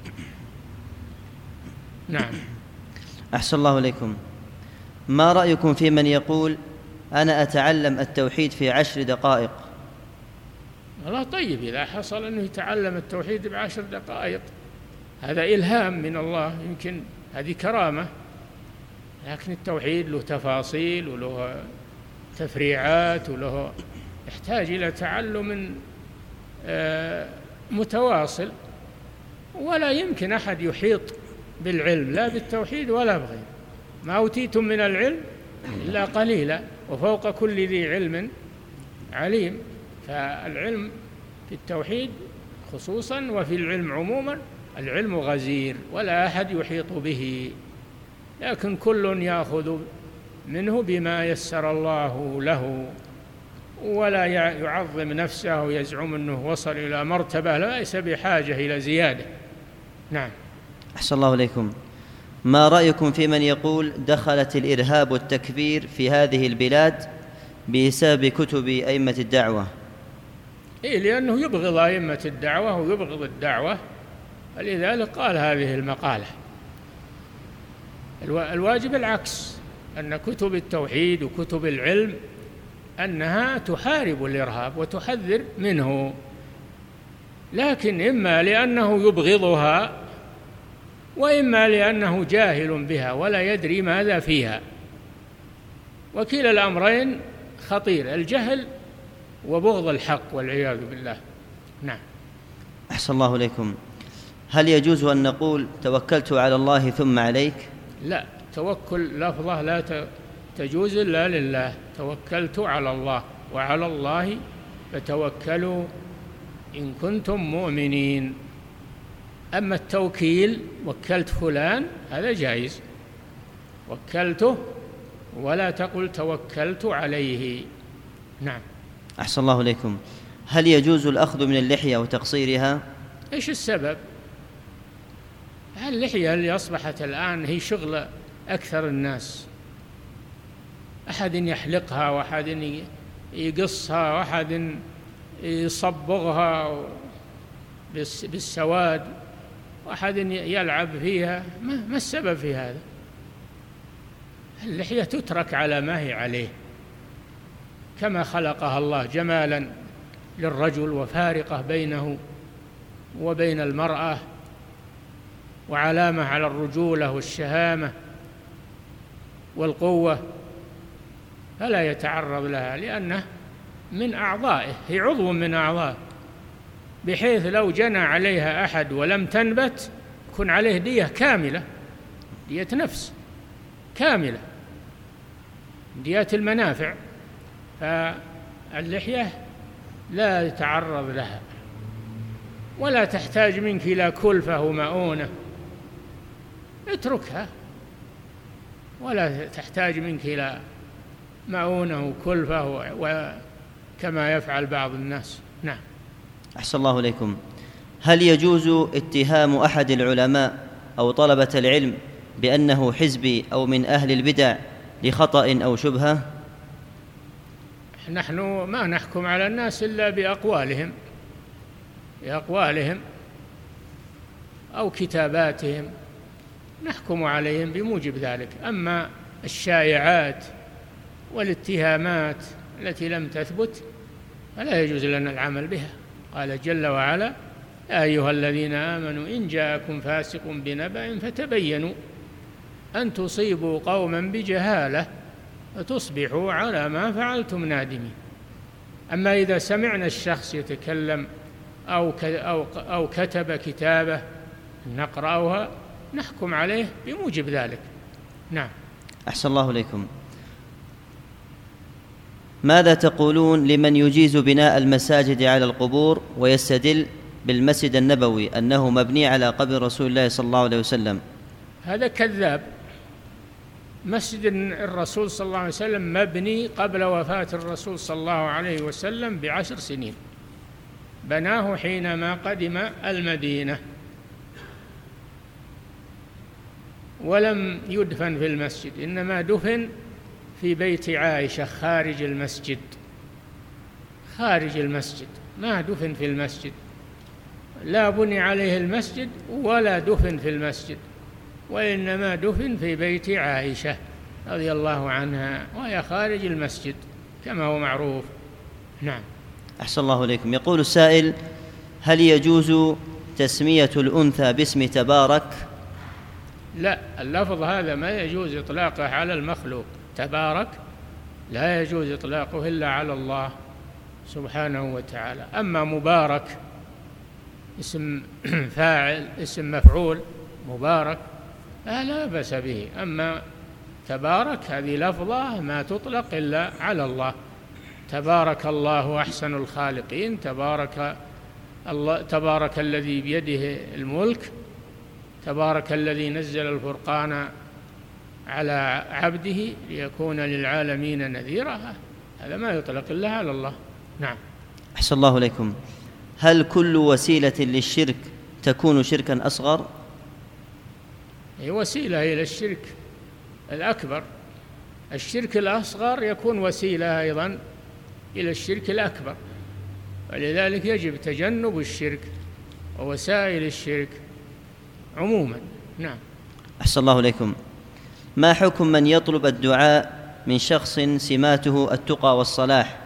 Speaker 2: نعم.
Speaker 1: أحسن الله إليكم. ما رأيكم في من يقول: أنا أتعلم التوحيد في 10 دقائق؟
Speaker 2: والله طيب، إذا حصل أنه يتعلم التوحيد ب10 دقائق هذا إلهام من الله، يمكن هذه كرامة، لكن التوحيد له تفاصيل وله تفريعات وله يحتاج إلى تعلم متواصل، ولا يمكن أحد يحيط بالعلم لا بالتوحيد ولا بغيره. ما أوتيتم من العلم إلا قليلا وفوق كل ذي علم عليم. فالعلم في التوحيد خصوصا وفي العلم عموما العلم غزير ولا أحد يحيط به، لكن كل يأخذ منه بما يسر الله له، ولا يعظم نفسه ويزعم أنه وصل إلى مرتبة ليس بحاجة إلى زيادة. نعم.
Speaker 1: أحسن الله إليكم. ما رأيكم في من يقول: دخلت الإرهاب والتكفير في هذه البلاد بسبب كتب أئمة الدعوة؟
Speaker 2: لأنه يبغض أئمة الدعوة ويبغض الدعوة، فلذلك قال هذه المقالة. الواجب العكس، أن كتب التوحيد وكتب العلم أنها تحارب الإرهاب وتحذر منه، لكن إما لأنه يبغضها وإما لأنه جاهل بها ولا يدري ماذا فيها، وكلا الأمرين خطير، الجهل وبغض الحق والعياذ بالله. نعم.
Speaker 1: أحسن الله إليكم. هل يجوز أن نقول توكلت على الله ثم عليك؟
Speaker 2: لا، توكل لفظة لا تجوز إلا لله. توكلت على الله، وعلى الله فتوكلوا إن كنتم مؤمنين. أما التوكيل وكلت فلان هذا جائز، وكلته، ولا تقل توكلت عليه. نعم.
Speaker 1: أحسن الله إليكم. هل يجوز الأخذ من اللحية وتقصيرها؟
Speaker 2: إيش السبب؟ اللحية اللي أصبحت الآن هي شغل أكثر الناس، أحد يحلقها وأحد يقصها وأحد يصبغها بالسواد وأحد يلعب فيها. ما السبب في هذا؟ اللحية تترك على ما هي عليه، كما خلقها الله جمالا للرجل وفارقة بينه وبين المرأة وعلامة على الرجولة والشهامة والقوة، فلا يتعرض لها لأنه من أعضائه، هي عضو من أعضائه، بحيث لو جنى عليها أحد ولم تنبت يكون عليه دية كاملة، دية نفس كاملة، دية المنافع. فاللحية لا يتعرض لها، ولا تحتاج منك إلى كلفة ومؤونة، اتركها، ولا تحتاج منك إلى مؤونة وكلفة وكما يفعل بعض الناس. نعم.
Speaker 1: أحسن الله إليكم. هل يجوز اتهام أحد العلماء أو طلبة العلم بأنه حزبي أو من أهل البدع لخطأ أو شبهة؟
Speaker 2: نحن ما نحكم على الناس إلا بأقوالهم أو كتاباتهم، نحكم عليهم بموجب ذلك. أما الشائعات والاتهامات التي لم تثبت فلا يجوز لنا العمل بها. قال جل وعلا: يا أيها الذين آمنوا إن جاءكم فاسق بنبأ فتبينوا أن تصيبوا قوما بجهالة فتصبحوا على ما فعلتم نادمين. أما إذا سمعنا الشخص يتكلم أو كتب كتابة نقرأها نحكم عليه بموجب ذلك. نعم.
Speaker 1: أحسن الله إليكم. ماذا تقولون لمن يجيز بناء المساجد على القبور ويستدل بالمسجد النبوي أنه مبني على قبر رسول الله صلى الله عليه وسلم؟
Speaker 2: هذا كذاب. مسجد الرسول صلى الله عليه وسلم مبني قبل وفاة الرسول صلى الله عليه وسلم ب10 سنين، بناه حينما قدم المدينة، ولم يدفن في المسجد، إنما دفن في بيت عائشة خارج المسجد، ما دفن في المسجد، لا بني عليه المسجد ولا دفن في المسجد، وإنما دفن في بيت عائشة رضي الله عنها، وهي خارج المسجد كما هو معروف. نعم.
Speaker 1: أحسن الله إليكم. يقول السائل: هل يجوز تسمية الأنثى باسم تبارك؟
Speaker 2: لا، اللفظ هذا ما يجوز إطلاقه على المخلوق. تبارك لا يجوز إطلاقه إلا على الله سبحانه وتعالى. أما مبارك اسم فاعل، اسم مفعول، مبارك لا بأس به. أما تبارك هذه لفظة ما تطلق إلا على الله. تبارك الله أحسن الخالقين، تبارك الذي بيده الملك، تبارك الذي نزل الفرقان على عبده ليكون للعالمين نذيرا، هذا ما يطلق إلا على الله. نعم.
Speaker 1: أحسن الله إليكم. هل كل وسيلة للشرك تكون شركا أصغر؟
Speaker 2: هي وسيلة إلى الشرك الأكبر. الشرك الأصغر يكون وسيلة أيضا إلى الشرك الأكبر، ولذلك يجب تجنب الشرك ووسائل الشرك. عموما. نعم.
Speaker 1: أحسن الله إليكم. ما حكم من يطلب الدعاء من شخص سماته التقى والصلاح؟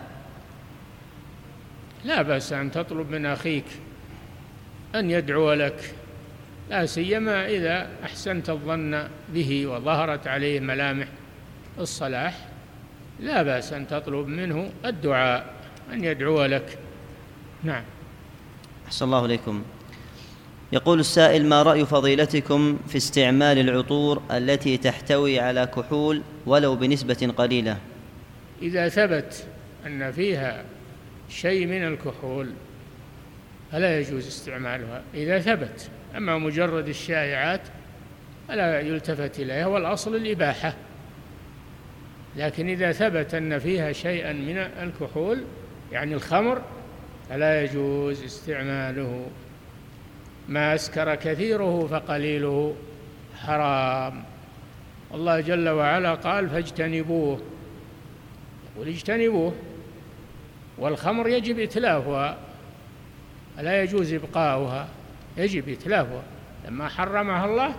Speaker 2: لا بأس أن تطلب من أخيك أن يدعو لك، لا سيما إذا أحسنت الظن به وظهرت عليه ملامح الصلاح، لا بأس أن تطلب منه الدعاء أن يدعو لك. نعم.
Speaker 1: أحسن الله إليكم. يقول السائل: ما رأي فضيلتكم في استعمال العطور التي تحتوي على كحول ولو بنسبة قليلة؟
Speaker 2: إذا ثبت أن فيها شيء من الكحول فلا يجوز استعمالها إذا ثبت، أما مجرد الشائعات فلا يلتفت إليها، والأصل الإباحة. لكن إذا ثبت أن فيها شيئا من الكحول يعني الخمر فلا يجوز استعماله. ما أسكر كثيره فقليله حرام. الله جل وعلا قال: فاجتنبوه، واجتنبوه. والخمر يجب إتلافها، لا يجوز إبقاؤها، يجب إتلافها. لما حرمها الله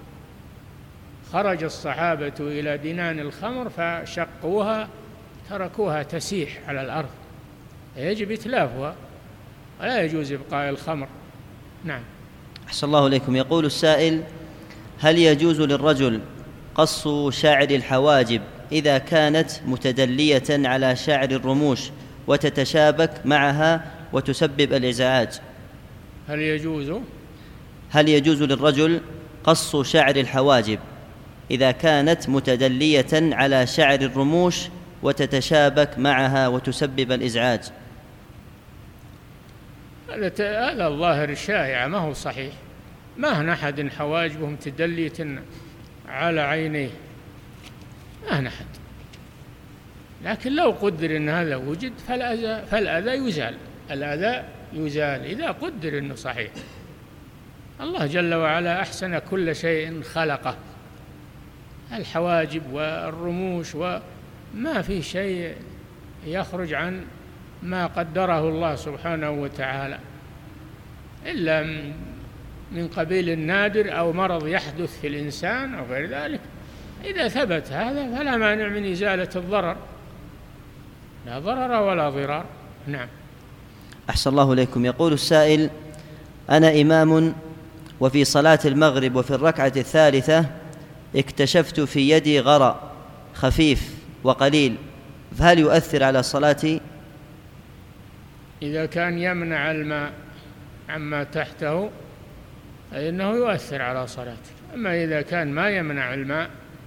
Speaker 2: خرج الصحابة إلى دنان الخمر فشقوها، تركوها تسيح على الأرض، يجب إتلافها ولا يجوز إبقاء الخمر. نعم.
Speaker 1: أحسن الله إليكم. يقول السائل: هل يجوز للرجل قص شعر الحواجب إذا كانت متدلية على شعر الرموش وتتشابك معها وتسبب الإزعاج؟ هل يجوز للرجل قص شعر الحواجب إذا كانت متدلية على شعر الرموش وتتشابك معها وتسبب الإزعاج؟
Speaker 2: هذا الظاهر الشائع، ما هو صحيح. ما هن أحد حواجبه متدلية على عينيه، ما هن أحد. لكن لو قدر أن هذا وجد فالأذى يزال، الأذى يزال إذا قدر أنه صحيح. الله جل وعلا أحسن كل شيء خلقه، الحواجب والرموش، وما في شيء يخرج عن ما قدره الله سبحانه وتعالى إلا من قبيل النادر أو مرض يحدث في الإنسان أو غير ذلك. إذا ثبت هذا فلا مانع من إزالة الضرر، لا ضرر ولا ضرار. نعم.
Speaker 1: أحسن الله إليكم. يقول السائل: أنا إمام وفي صلاة المغرب وفي الركعة الثالثة اكتشفت في يدي غرأ خفيف وقليل، فهل يؤثر على صلاتي؟
Speaker 2: إذا كان يمنع الماء عما تحته فإنه يؤثر على صلاتك، أما إذا كان ما يمنع الماء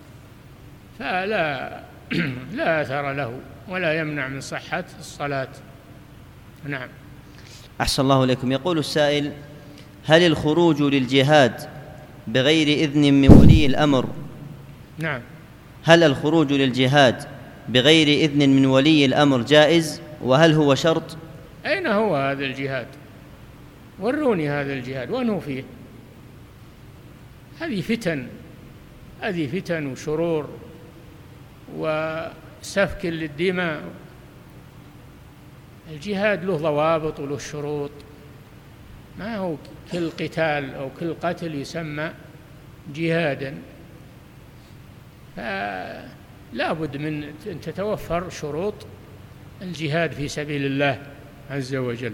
Speaker 2: فلا لا أثر له ولا يمنع من صحة الصلاة. نعم.
Speaker 1: أحسن الله إليكم. يقول السائل: هل الخروج للجهاد بغير إذن من ولي الأمر؟
Speaker 2: نعم.
Speaker 1: هل الخروج للجهاد بغير إذن من ولي الأمر جائز، وهل هو شرط؟
Speaker 2: أين هو هذا الجهاد؟ وروني هذا الجهاد وين هو فيه؟ هذه فتن وشرور وسفك للدماء. الجهاد له ضوابط وله شروط، ما هو كل قتال أو كل قتل يسمى جهادا. فلا بد من أن تتوفر شروط الجهاد في سبيل الله عز وجل.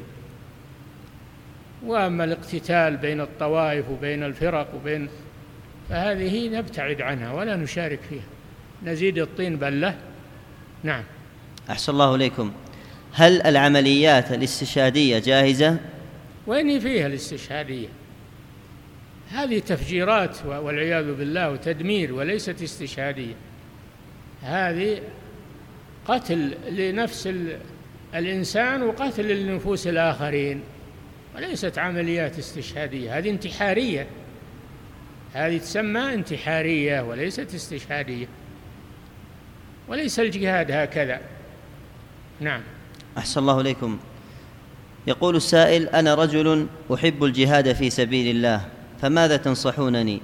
Speaker 2: وأما الاقتتال بين الطوائف وبين الفرق فهذه نبتعد عنها ولا نشارك فيها، نزيد الطين بلة. نعم.
Speaker 1: أحسن الله إليكم. هل العمليات الاستشهادية جاهزة؟
Speaker 2: وين فيها الاستشهادية؟ هذه تفجيرات والعياذ بالله وتدمير، وليست استشهادية. هذه قتل لنفس الإنسان وقتل لنفوس الآخرين، وليست عمليات استشهادية. هذه انتحارية، هذه تسمى انتحارية وليست استشهادية، وليس الجهاد هكذا. نعم.
Speaker 1: أحسن الله إليكم. يقول السائل: أنا رجل أحب الجهاد في سبيل الله، فماذا تنصحونني؟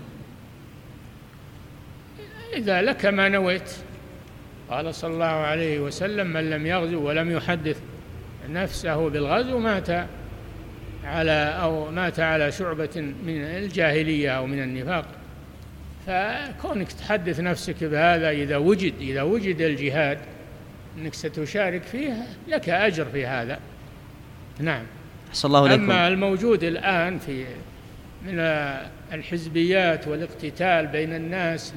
Speaker 2: إذا لك ما نويت، قال صلى الله عليه وسلم: من لم يغزو ولم يحدث نفسه بالغزو مات أو مات على شعبة من الجاهلية أو من النفاق. فكونك تحدث نفسك بهذا إذا وجد الجهاد أنك ستشارك فيه لك أجر في هذا. نعم.
Speaker 1: أحسن الله إليكم.
Speaker 2: أما الموجود الآن من الحزبيات والاقتتال بين الناس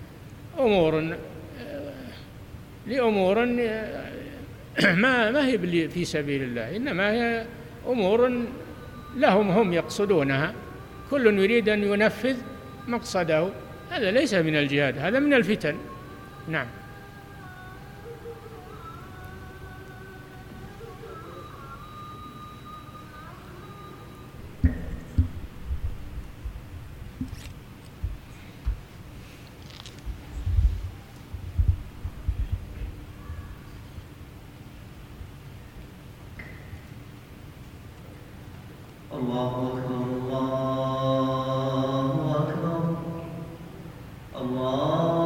Speaker 2: لأمور ما هي في سبيل الله، إنما هي أمور لهم هم يقصدونها، كل يريد أن ينفذ مقصده، هذا ليس من الجهاد، هذا من الفتن. نعم.
Speaker 1: الله أكبر الله أكبر الله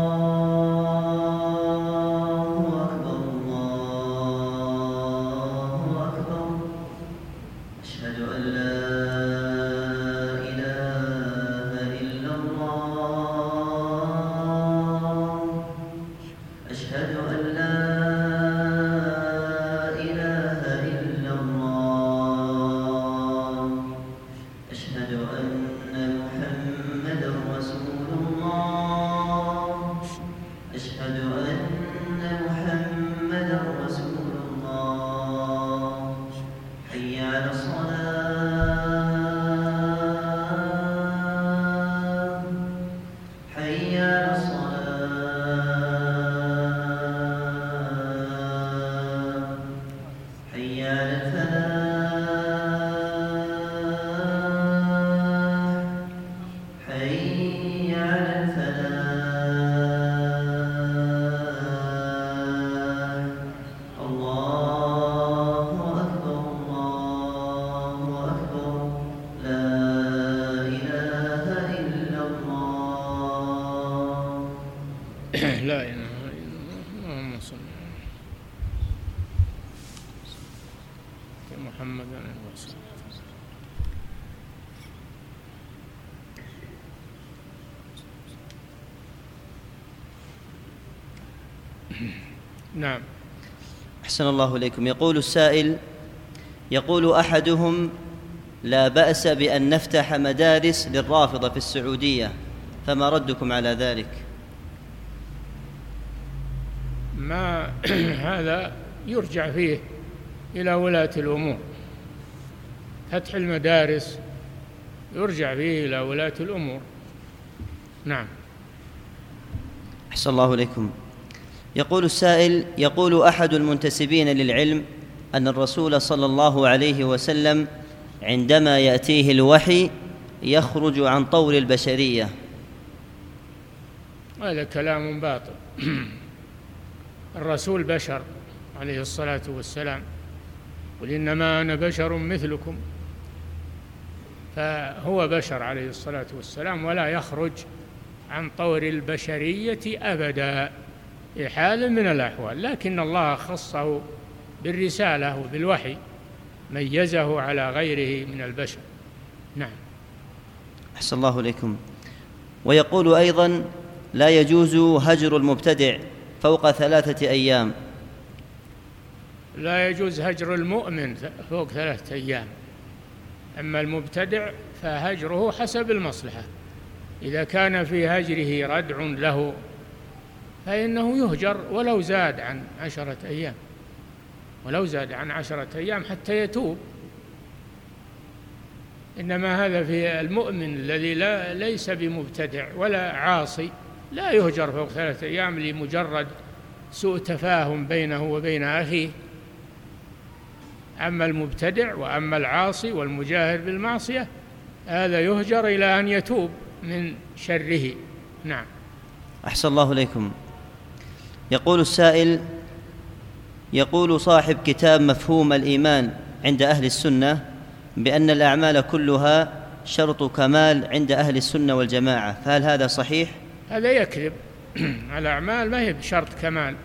Speaker 1: أكبر الله أكبر. أشهد أن لا إله إلا الله. أشهد أن لا إله إلا الله. أشهد أن محمدًا رسول الله. أشهد أن محمدًا رسول الله. حي على الصلاة. حي على الصلاة. حي على الفلاح. حي على الفلاح. الله أكبر الله أكبر. لا إله إلا الله.
Speaker 2: لا إله إلا الله. اللهم صل على محمد وعلى آله وصحبه. نعم.
Speaker 1: أحسن الله إليكم. يقول السائل: يقول أحدهم: لا بأس بأن نفتح مدارس للرافضة في السعودية، فما ردكم على ذلك؟
Speaker 2: ما هذا يرجع فيه إلى ولاة الأمور، فتح المدارس يرجع فيه إلى ولاة الأمور. نعم.
Speaker 1: أحسن الله إليكم. يقول السائل: يقول أحد المنتسبين للعلم أن الرسول صلى الله عليه وسلم عندما يأتيه الوحي يخرج عن طور البشرية.
Speaker 2: هذا كلام باطل. الرسول بشر عليه الصلاة والسلام، قل إنما أنا بشر مثلكم، فهو بشر عليه الصلاة والسلام ولا يخرج عن طور البشرية أبدا في حال من الأحوال، لكن الله خصه بالرسالة وبالوحي، ميزه على غيره من البشر. نعم.
Speaker 1: أحسن الله إليكم. ويقول أيضا: لا يجوز هجر المبتدع فوق 3 أيام.
Speaker 2: لا يجوز هجر المؤمن فوق 3 أيام، أما المبتدع فهجره حسب المصلحة، إذا كان في هجره ردع له فإنه يهجر ولو زاد عن 10 أيام، ولو زاد عن 10 أيام حتى يتوب. إنما هذا في المؤمن الذي ليس بمبتدع ولا عاصي لا يهجر فوق 3 أيام لمجرد سوء تفاهم بينه وبين أخيه. أما المبتدع وأما العاصي والمجاهر بالمعصية هذا يهجر إلى أن يتوب من شره. نعم.
Speaker 1: أحسن الله إليكم. يقول السائل: يقول صاحب كتاب مفهوم الإيمان عند أهل السنة بأن الأعمال كلها شرط كمال عند أهل السنة والجماعة، فهل هذا صحيح؟
Speaker 2: هذا يكذب. الأعمال ما هي بشرط كمال،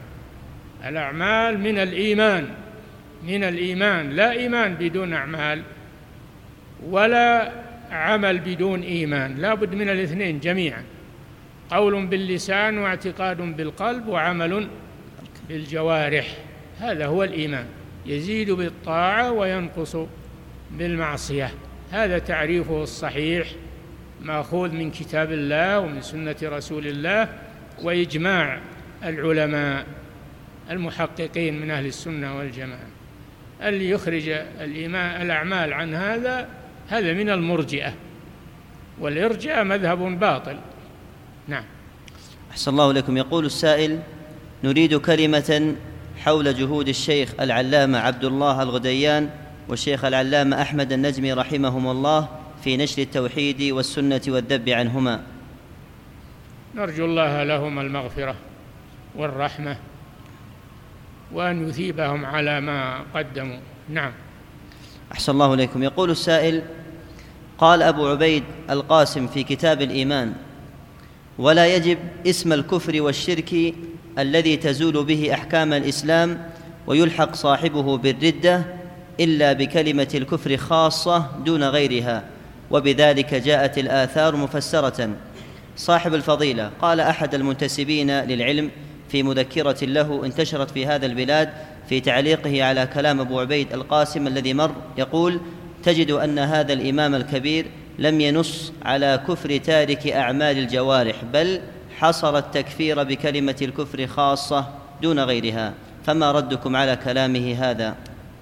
Speaker 2: الأعمال من الإيمان، من الإيمان، لا إيمان بدون أعمال. ولا عمل بدون إيمان، لا بد من الاثنين جميعا، قول باللسان واعتقاد بالقلب وعمل بالجوارح. هذا هو الإيمان، يزيد بالطاعة وينقص بالمعصية. هذا تعريفه الصحيح، مأخوذ من كتاب الله ومن سنة رسول الله وإجماع العلماء المحققين من أهل السنة والجماعة. اللي يخرج الأعمال عن هذا من المرجئة، والإرجاء مذهب باطل. نعم.
Speaker 1: أحسن الله إليكم. يقول السائل: نريد كلمة حول جهود الشيخ العلامة عبد الله الغديان والشيخ العلامة أحمد النجمي رحمهم الله في نشر التوحيد والسنة والذب عنهما.
Speaker 2: نرجو الله لهم المغفرة والرحمة وأن يثيبهم على ما قدموا. نعم.
Speaker 1: أحسن الله إليكم. يقول السائل: قال أبو عبيد القاسم في كتاب الإيمان: ولا يجب اسم الكفر والشرك الذي تزول به أحكام الإسلام ويلحق صاحبه بالردة إلا بكلمة الكفر خاصة دون غيرها، وبذلك جاءت الآثار مفسرة. صاحب الفضيلة قال أحد المنتسبين للعلم في مذكرة له انتشرت في هذا البلاد في تعليقه على كلام أبو عبيد القاسم الذي مر، يقول: تجد أن هذا الإمام الكبير لم ينص على كفر تارك أعمال الجوارح، بل حصر التكفير بكلمة الكفر خاصة دون غيرها، فما ردكم على كلامه هذا؟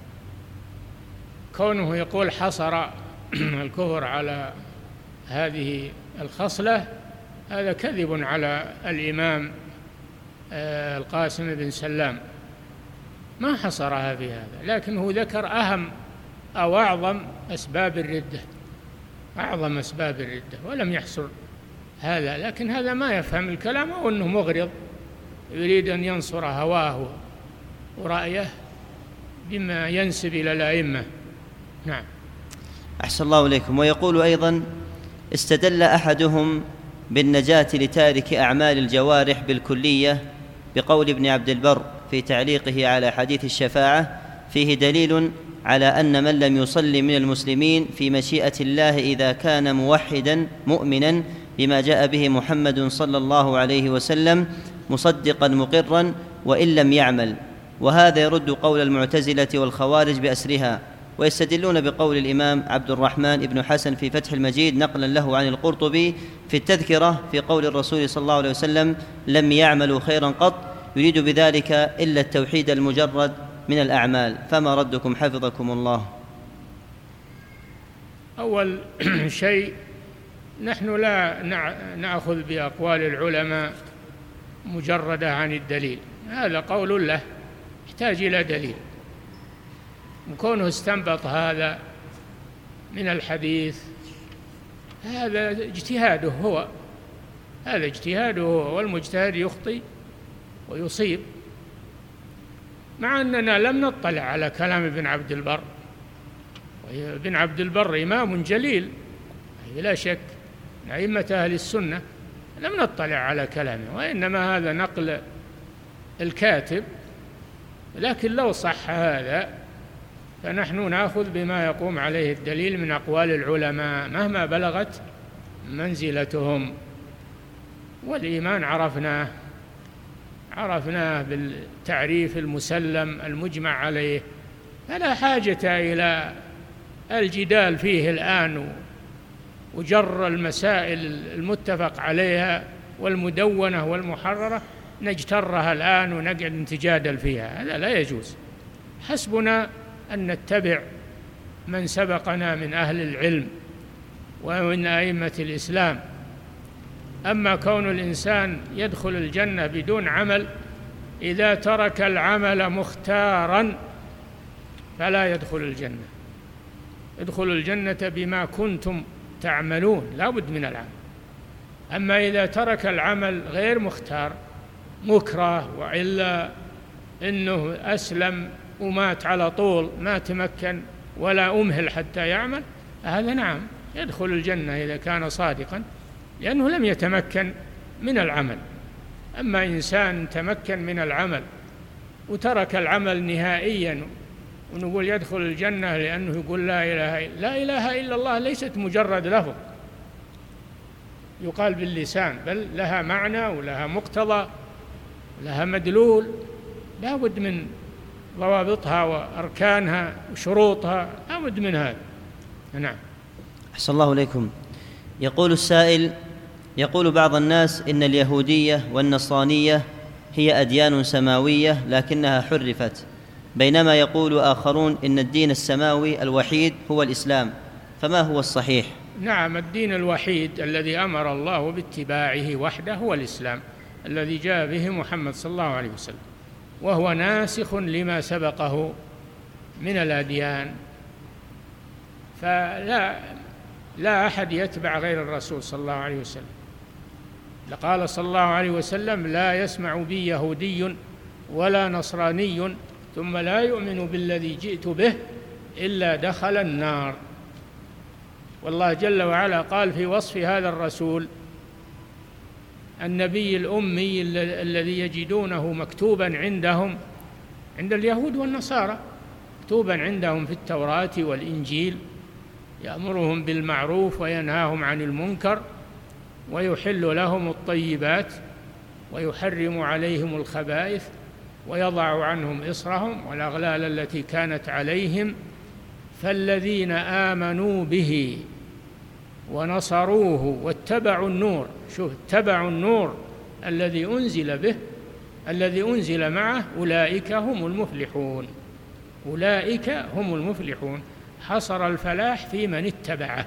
Speaker 2: كونه يقول حصر الكفر على هذه الخصلة هذا كذب على الإمام القاسم بن سلام، ما حصرها في هذا، لكنه ذكر أهم أو أعظم أسباب الردة، أعظم أسباب الردة، ولم يحصر هذا. لكن هذا ما يفهم الكلام، أو أنه مغرض يريد أن ينصر هواه ورأيه بما ينسب إلى الأئمة. نعم.
Speaker 1: أحسن الله إليكم. ويقول أيضا: استدل أحدهم بالنجاة لتارك أعمال الجوارح بالكلية بقول ابن عبد البر في تعليقه على حديث الشفاعة: فيه دليل على أن من لم يصلي من المسلمين في مشيئة الله إذا كان موحدا مؤمنا بما جاء به محمد صلى الله عليه وسلم مصدقا مقرا وإن لم يعمل. وهذا يرد قول المعتزلة والخوارج بأسرها، ويستدلون بقول الإمام عبد الرحمن بن حسن في فتح المجيد نقلا له عن القرطبي في التذكرة في قول الرسول صلى الله عليه وسلم: لم يعملوا خيرا قط، يريد بذلك إلا التوحيد المجرد من الأعمال. فما ردكم حفظكم الله؟
Speaker 2: أول شيء، نحن لا نأخذ بأقوال العلماء مجردة عن الدليل، هذا قول له يحتاج إلى دليل، وكونه استنبط هذا من الحديث هذا اجتهاده هو، هذا اجتهاده هو، والمجتهد يخطئ ويصيب. مع أننا لم نطلع على كلام ابن عبد البر، وابن عبد البر إمام جليل لا شك من أئمة أهل السنة، لم نطلع على كلامه، وإنما هذا نقل الكاتب. لكن لو صح هذا فنحن نأخذ بما يقوم عليه الدليل من أقوال العلماء مهما بلغت منزلتهم. والإيمان عرفناه بالتعريف المسلم المجمع عليه، فلا حاجة إلى الجدال فيه الآن وجر المسائل المتفق عليها والمدونة والمحررة نجترها الآن ونقعد نتجادل فيها، هذا لا يجوز. حسبنا أن نتبع من سبقنا من أهل العلم ومن أئمة الإسلام. أما كون الإنسان يدخل الجنة بدون عمل، إذا ترك العمل مختارا فلا يدخل الجنة. ادخلوا الجنة بما كنتم تعملون، لا بد من العمل. أما إذا ترك العمل غير مختار مكره، وإلا إنه أسلم ومات على طول ما تمكن ولا أمهل حتى يعمل، هذا نعم يدخل الجنة إذا كان صادقا، لأنه لم يتمكن من العمل. أما إنسان تمكن من العمل وترك العمل نهائيا ونقول يدخل الجنة لأنه يقول لا إله إلا الله ليست مجرد لفظ يقال باللسان، بل لها معنى ولها مقتضى ولها مدلول، لا بد من ضوابطها وأركانها وشروطها، لا بد من هذا. نعم.
Speaker 1: أحسن الله إليكم. يقول السائل: يقول بعض الناس إن اليهودية والنصرانية هي أديان سماوية لكنها حرفت، بينما يقول آخرون إن الدين السماوي الوحيد هو الإسلام، فما هو الصحيح؟
Speaker 2: نعم، الدين الوحيد الذي أمر الله باتباعه وحده هو الإسلام الذي جاء به محمد صلى الله عليه وسلم، وهو ناسخ لما سبقه من الأديان، لا أحد يتبع غير الرسول صلى الله عليه وسلم. لقال صلى الله عليه وسلم: لا يسمع بي يهودي ولا نصراني ثم لا يؤمن بالذي جئت به إلا دخل النار. والله جل وعلا قال في وصف هذا الرسول: النبي الأمي الذي يجدونه مكتوبا عندهم، عند اليهود والنصارى، مكتوبا عندهم في التوراة والإنجيل، يأمرهم بالمعروف وينهاهم عن المنكر ويحل لهم الطيبات ويحرم عليهم الخبائث ويضع عنهم إصرهم والأغلال التي كانت عليهم، فالذين آمنوا به ونصروه واتبعوا النور، شوف، اتبعوا النور الذي أنزل به، الذي أنزل معه، أولئك هم المفلحون. أولئك هم المفلحون، حصر الفلاح في من اتبعه،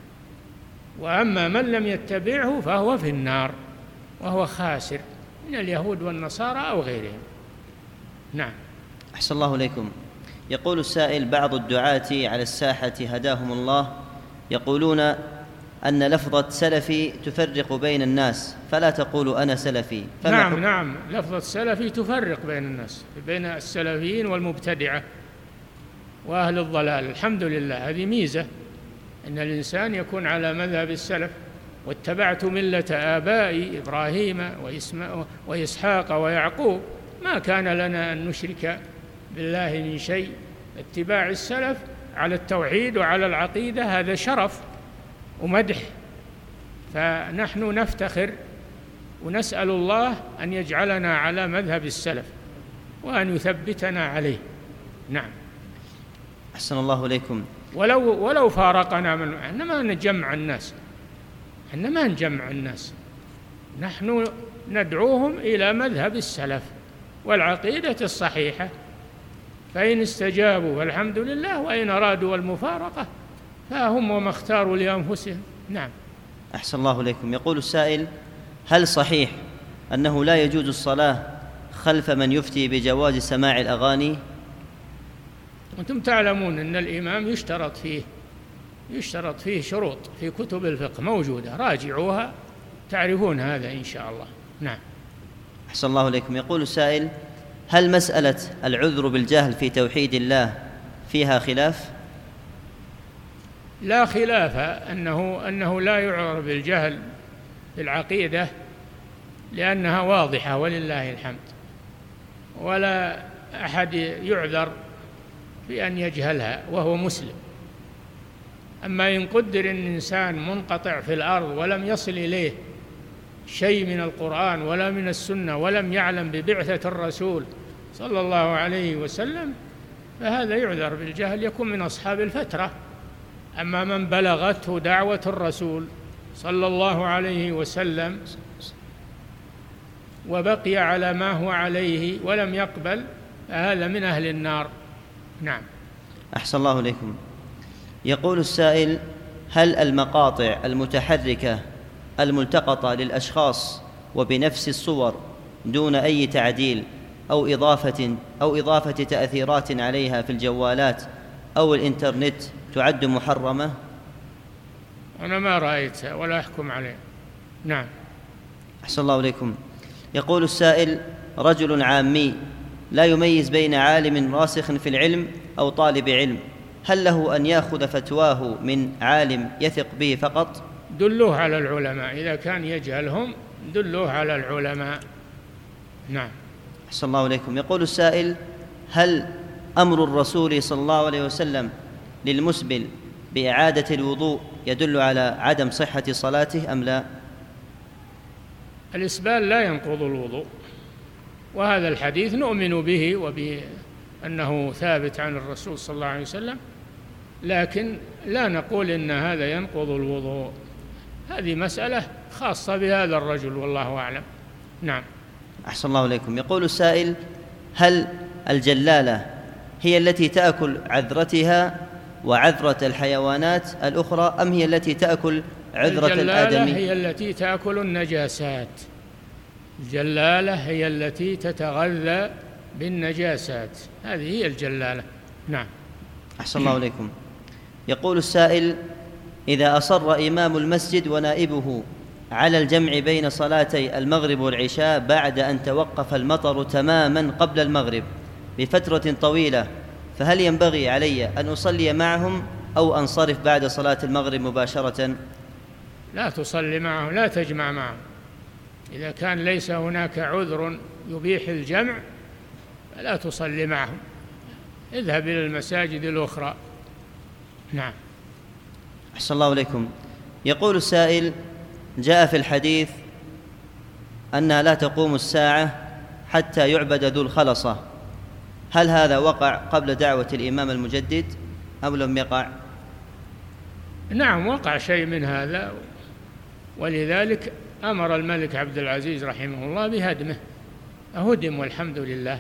Speaker 2: وأما من لم يتبعه فهو في النار وهو خاسر من اليهود والنصارى أو غيرهم. نعم.
Speaker 1: أحسن الله إليكم. يقول السائل: بعض الدعاة على الساحة هداهم الله يقولون أن لفظة سلفي تفرق بين الناس، فلا تقول أنا سلفي.
Speaker 2: نعم، لفظة سلفي تفرق بين الناس، بين السلفيين والمبتدعة وأهل الضلال. الحمد لله، هذه ميزة أن الإنسان يكون على مذهب السلف. واتبعت ملة آبائي إبراهيم وإسحاق ويعقوب، ما كان لنا أن نشرك بالله من شيء. اتباع السلف على التوحيد وعلى العقيدة هذا شرف ومدح، فنحن نفتخر ونسأل الله أن يجعلنا على مذهب السلف وأن يثبتنا عليه. نعم.
Speaker 1: أحسن الله إليكم.
Speaker 2: ولو فارقنا من ما نجمع الناس، إحنا ما نجمع الناس، نحن ندعوهم إلى مذهب السلف والعقيدة الصحيحة، فإن استجابوا فالحمد لله، وإن أرادوا المفارقة فهم وما اختاروا لأنفسهم. نعم.
Speaker 1: أحسن الله إليكم. يقول السائل: هل صحيح أنه لا يجوز الصلاة خلف من يفتي بجواز سماع الأغاني؟
Speaker 2: أنتم تعلمون أن الإمام يشترط فيه شروط في كتب الفقه موجودة، راجعوها تعرفون هذا إن شاء الله. نعم.
Speaker 1: أحسن الله إليكم. يقول السائل: هل مسألة العذر بالجهل في توحيد الله فيها خلاف؟
Speaker 2: لا خلاف أنه لا يعذر بالجهل في العقيدة، لأنها واضحة ولله الحمد، ولا أحد يعذر بأن يجهلها وهو مسلم. أما إن قدر أن إنسان منقطع في الأرض ولم يصل إليه شيء من القرآن ولا من السنة ولم يعلم ببعثة الرسول صلى الله عليه وسلم، فهذا يعذر بالجهل، يكون من أصحاب الفترة. أما من بلغته دعوة الرسول صلى الله عليه وسلم وبقي على ما هو عليه ولم يقبل، فهذا من أهل النار. نعم.
Speaker 1: أحسن الله إليكم. يقول السائل: هل المقاطع المتحركة الملتقطة للأشخاص وبنفس الصور دون أي تعديل أو إضافة تأثيرات عليها في الجوالات أو الإنترنت تعد محرمة؟
Speaker 2: أنا ما رأيتها ولا أحكم عليه. نعم.
Speaker 1: أحسن الله إليكم. يقول السائل: رجل عامي لا يميز بين عالم راسخ في العلم أو طالب علم، هل له أن يأخذ فتواه من عالم يثق به فقط؟
Speaker 2: دلوه على العلماء، إذا كان يجهلهم دلوه على العلماء. نعم.
Speaker 1: أحسن الله إليكم. يقول السائل: هل أمر الرسول صلى الله عليه وسلم للمسبل بإعادة الوضوء يدل على عدم صحة صلاته أم لا؟
Speaker 2: الإسبال لا ينقض الوضوء، وهذا الحديث نؤمن به وبأنه ثابت عن الرسول صلى الله عليه وسلم، لكن لا نقول إن هذا ينقض الوضوء، هذه مسألة خاصة بهذا الرجل والله أعلم. نعم.
Speaker 1: أحسن الله إليكم. يقول السائل: هل الجلالة هي التي تأكل عذرتها وعذرة الحيوانات الأخرى أم هي التي تأكل عذرة الآدمي؟
Speaker 2: الجلالة هي التي تأكل النجاسات، الجلالة هي التي تتغذى بالنجاسات، هذه هي الجلالة. نعم.
Speaker 1: أحسن الله إليكم. يقول السائل: إذا أصر إمام المسجد ونائبه على الجمع بين صلاتي المغرب والعشاء بعد أن توقف المطر تماما قبل المغرب بفترة طويلة، فهل ينبغي علي أن أصلي معهم أو أنصرف بعد صلاة المغرب مباشرة؟
Speaker 2: لا تصلي معهم، لا تجمع معهم. إذا كان ليس هناك عذر يبيح الجمع فلا تصلي معهم، اذهب إلى المساجد الأخرى. نعم.
Speaker 1: أحسن الله إليكم. يقول السائل: جاء في الحديث أنها لا تقوم الساعة حتى يعبد ذو الخلصة، هل هذا وقع قبل دعوة الإمام المجدد أو لم يقع؟
Speaker 2: نعم، وقع شيء من هذا، ولذلك أمر الملك عبد العزيز رحمه الله بهدمه، هدم والحمد لله،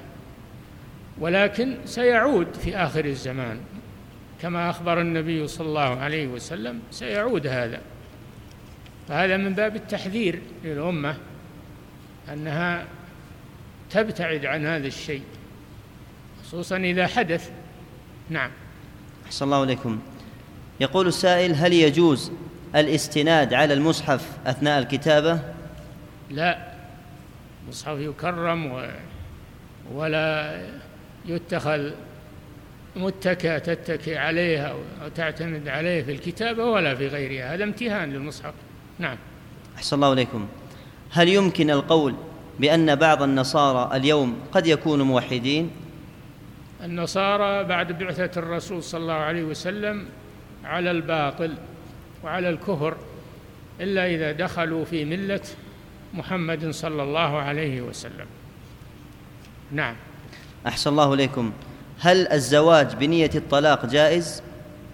Speaker 2: ولكن سيعود في آخر الزمان كما أخبر النبي صلى الله عليه وسلم، سيعود هذا. فهذا من باب التحذير للأمة أنها تبتعد عن هذا الشيء خصوصا إذا حدث. نعم.
Speaker 1: أحسن الله إليكم. يقول السائل: هل يجوز الاستناد على المصحف أثناء الكتابة؟
Speaker 2: لا، المصحف يكرم ولا يتخذ متكئ تتكئ عليها أو تعتمد عليه في الكتابة ولا في غيرها، هذا امتهان للمصحف. نعم.
Speaker 1: أحسن الله إليكم. هل يمكن القول بأن بعض النصارى اليوم قد يكونوا موحدين؟
Speaker 2: النصارى بعد بعثة الرسول صلى الله عليه وسلم على الباطل وعلى الكفر، إلا إذا دخلوا في ملة محمد صلى الله عليه وسلم. نعم.
Speaker 1: أحسن الله إليكم. هل الزواج بنية الطلاق جائز؟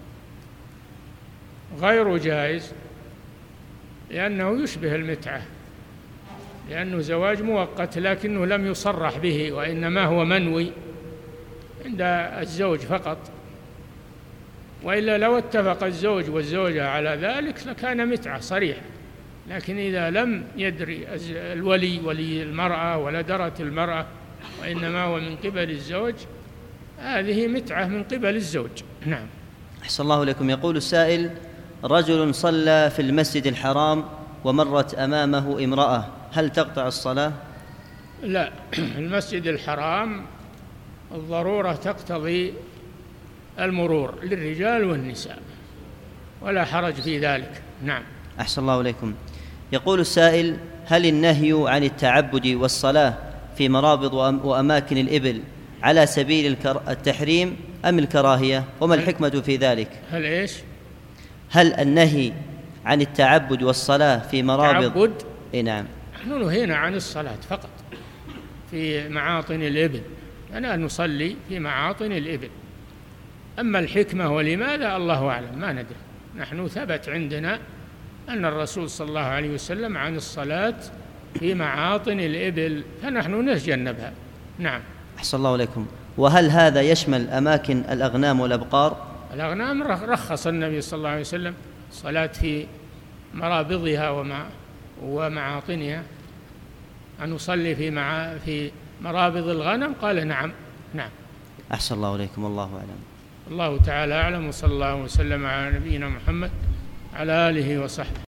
Speaker 2: غير جائز، لأنه يشبه المتعة، لأنه زواج مؤقت لكنه لم يصرح به، وإنما هو منوي عند الزوج فقط، وإلا لو اتفق الزوج والزوجة على ذلك لكان متعة صريحة، لكن إذا لم يدري ولي المرأة ولا درت المرأة وإنما هو من قبل الزوج، هذه متعة من قبل الزوج. نعم.
Speaker 1: أحسن الله إليكم. يقول السائل: رجل صلى في المسجد الحرام ومرت أمامه امرأة، هل تقطع الصلاة؟
Speaker 2: لا، المسجد الحرام الضرورة تقتضي المرور للرجال والنساء، ولا حرج في ذلك. نعم.
Speaker 1: أحسن الله إليكم. يقول السائل: هل النهي عن التعبد والصلاة في مرابض وأماكن الإبل على سبيل التحريم أم الكراهية، وما الحكمة في ذلك؟
Speaker 2: هل إيش؟
Speaker 1: هل النهي عن التعبد والصلاة في مرابض
Speaker 2: تعبد؟
Speaker 1: نعم.
Speaker 2: نحن نهينا عن الصلاة فقط في معاطن الإبل، أنا نصلي في معاطن الإبل، أما الحكمة ولماذا الله أعلم، ما ندري. نحن ثبت عندنا أن الرسول صلى الله عليه وسلم عن الصلاة في معاطن الإبل، فنحن نتجنبها. نعم.
Speaker 1: أحسن الله إليكم. وهل هذا يشمل أماكن الأغنام والأبقار؟
Speaker 2: الأغنام رخص النبي صلى الله عليه وسلم الصلاة في مرابضها ومعاطنها، أن نصلي في مرابض الغنم، قال نعم. نعم.
Speaker 1: أحسن الله إليكم. الله أعلم.
Speaker 2: الله تعالى أعلم، وصلى الله وسلم على نبينا محمد على آله وصحبه.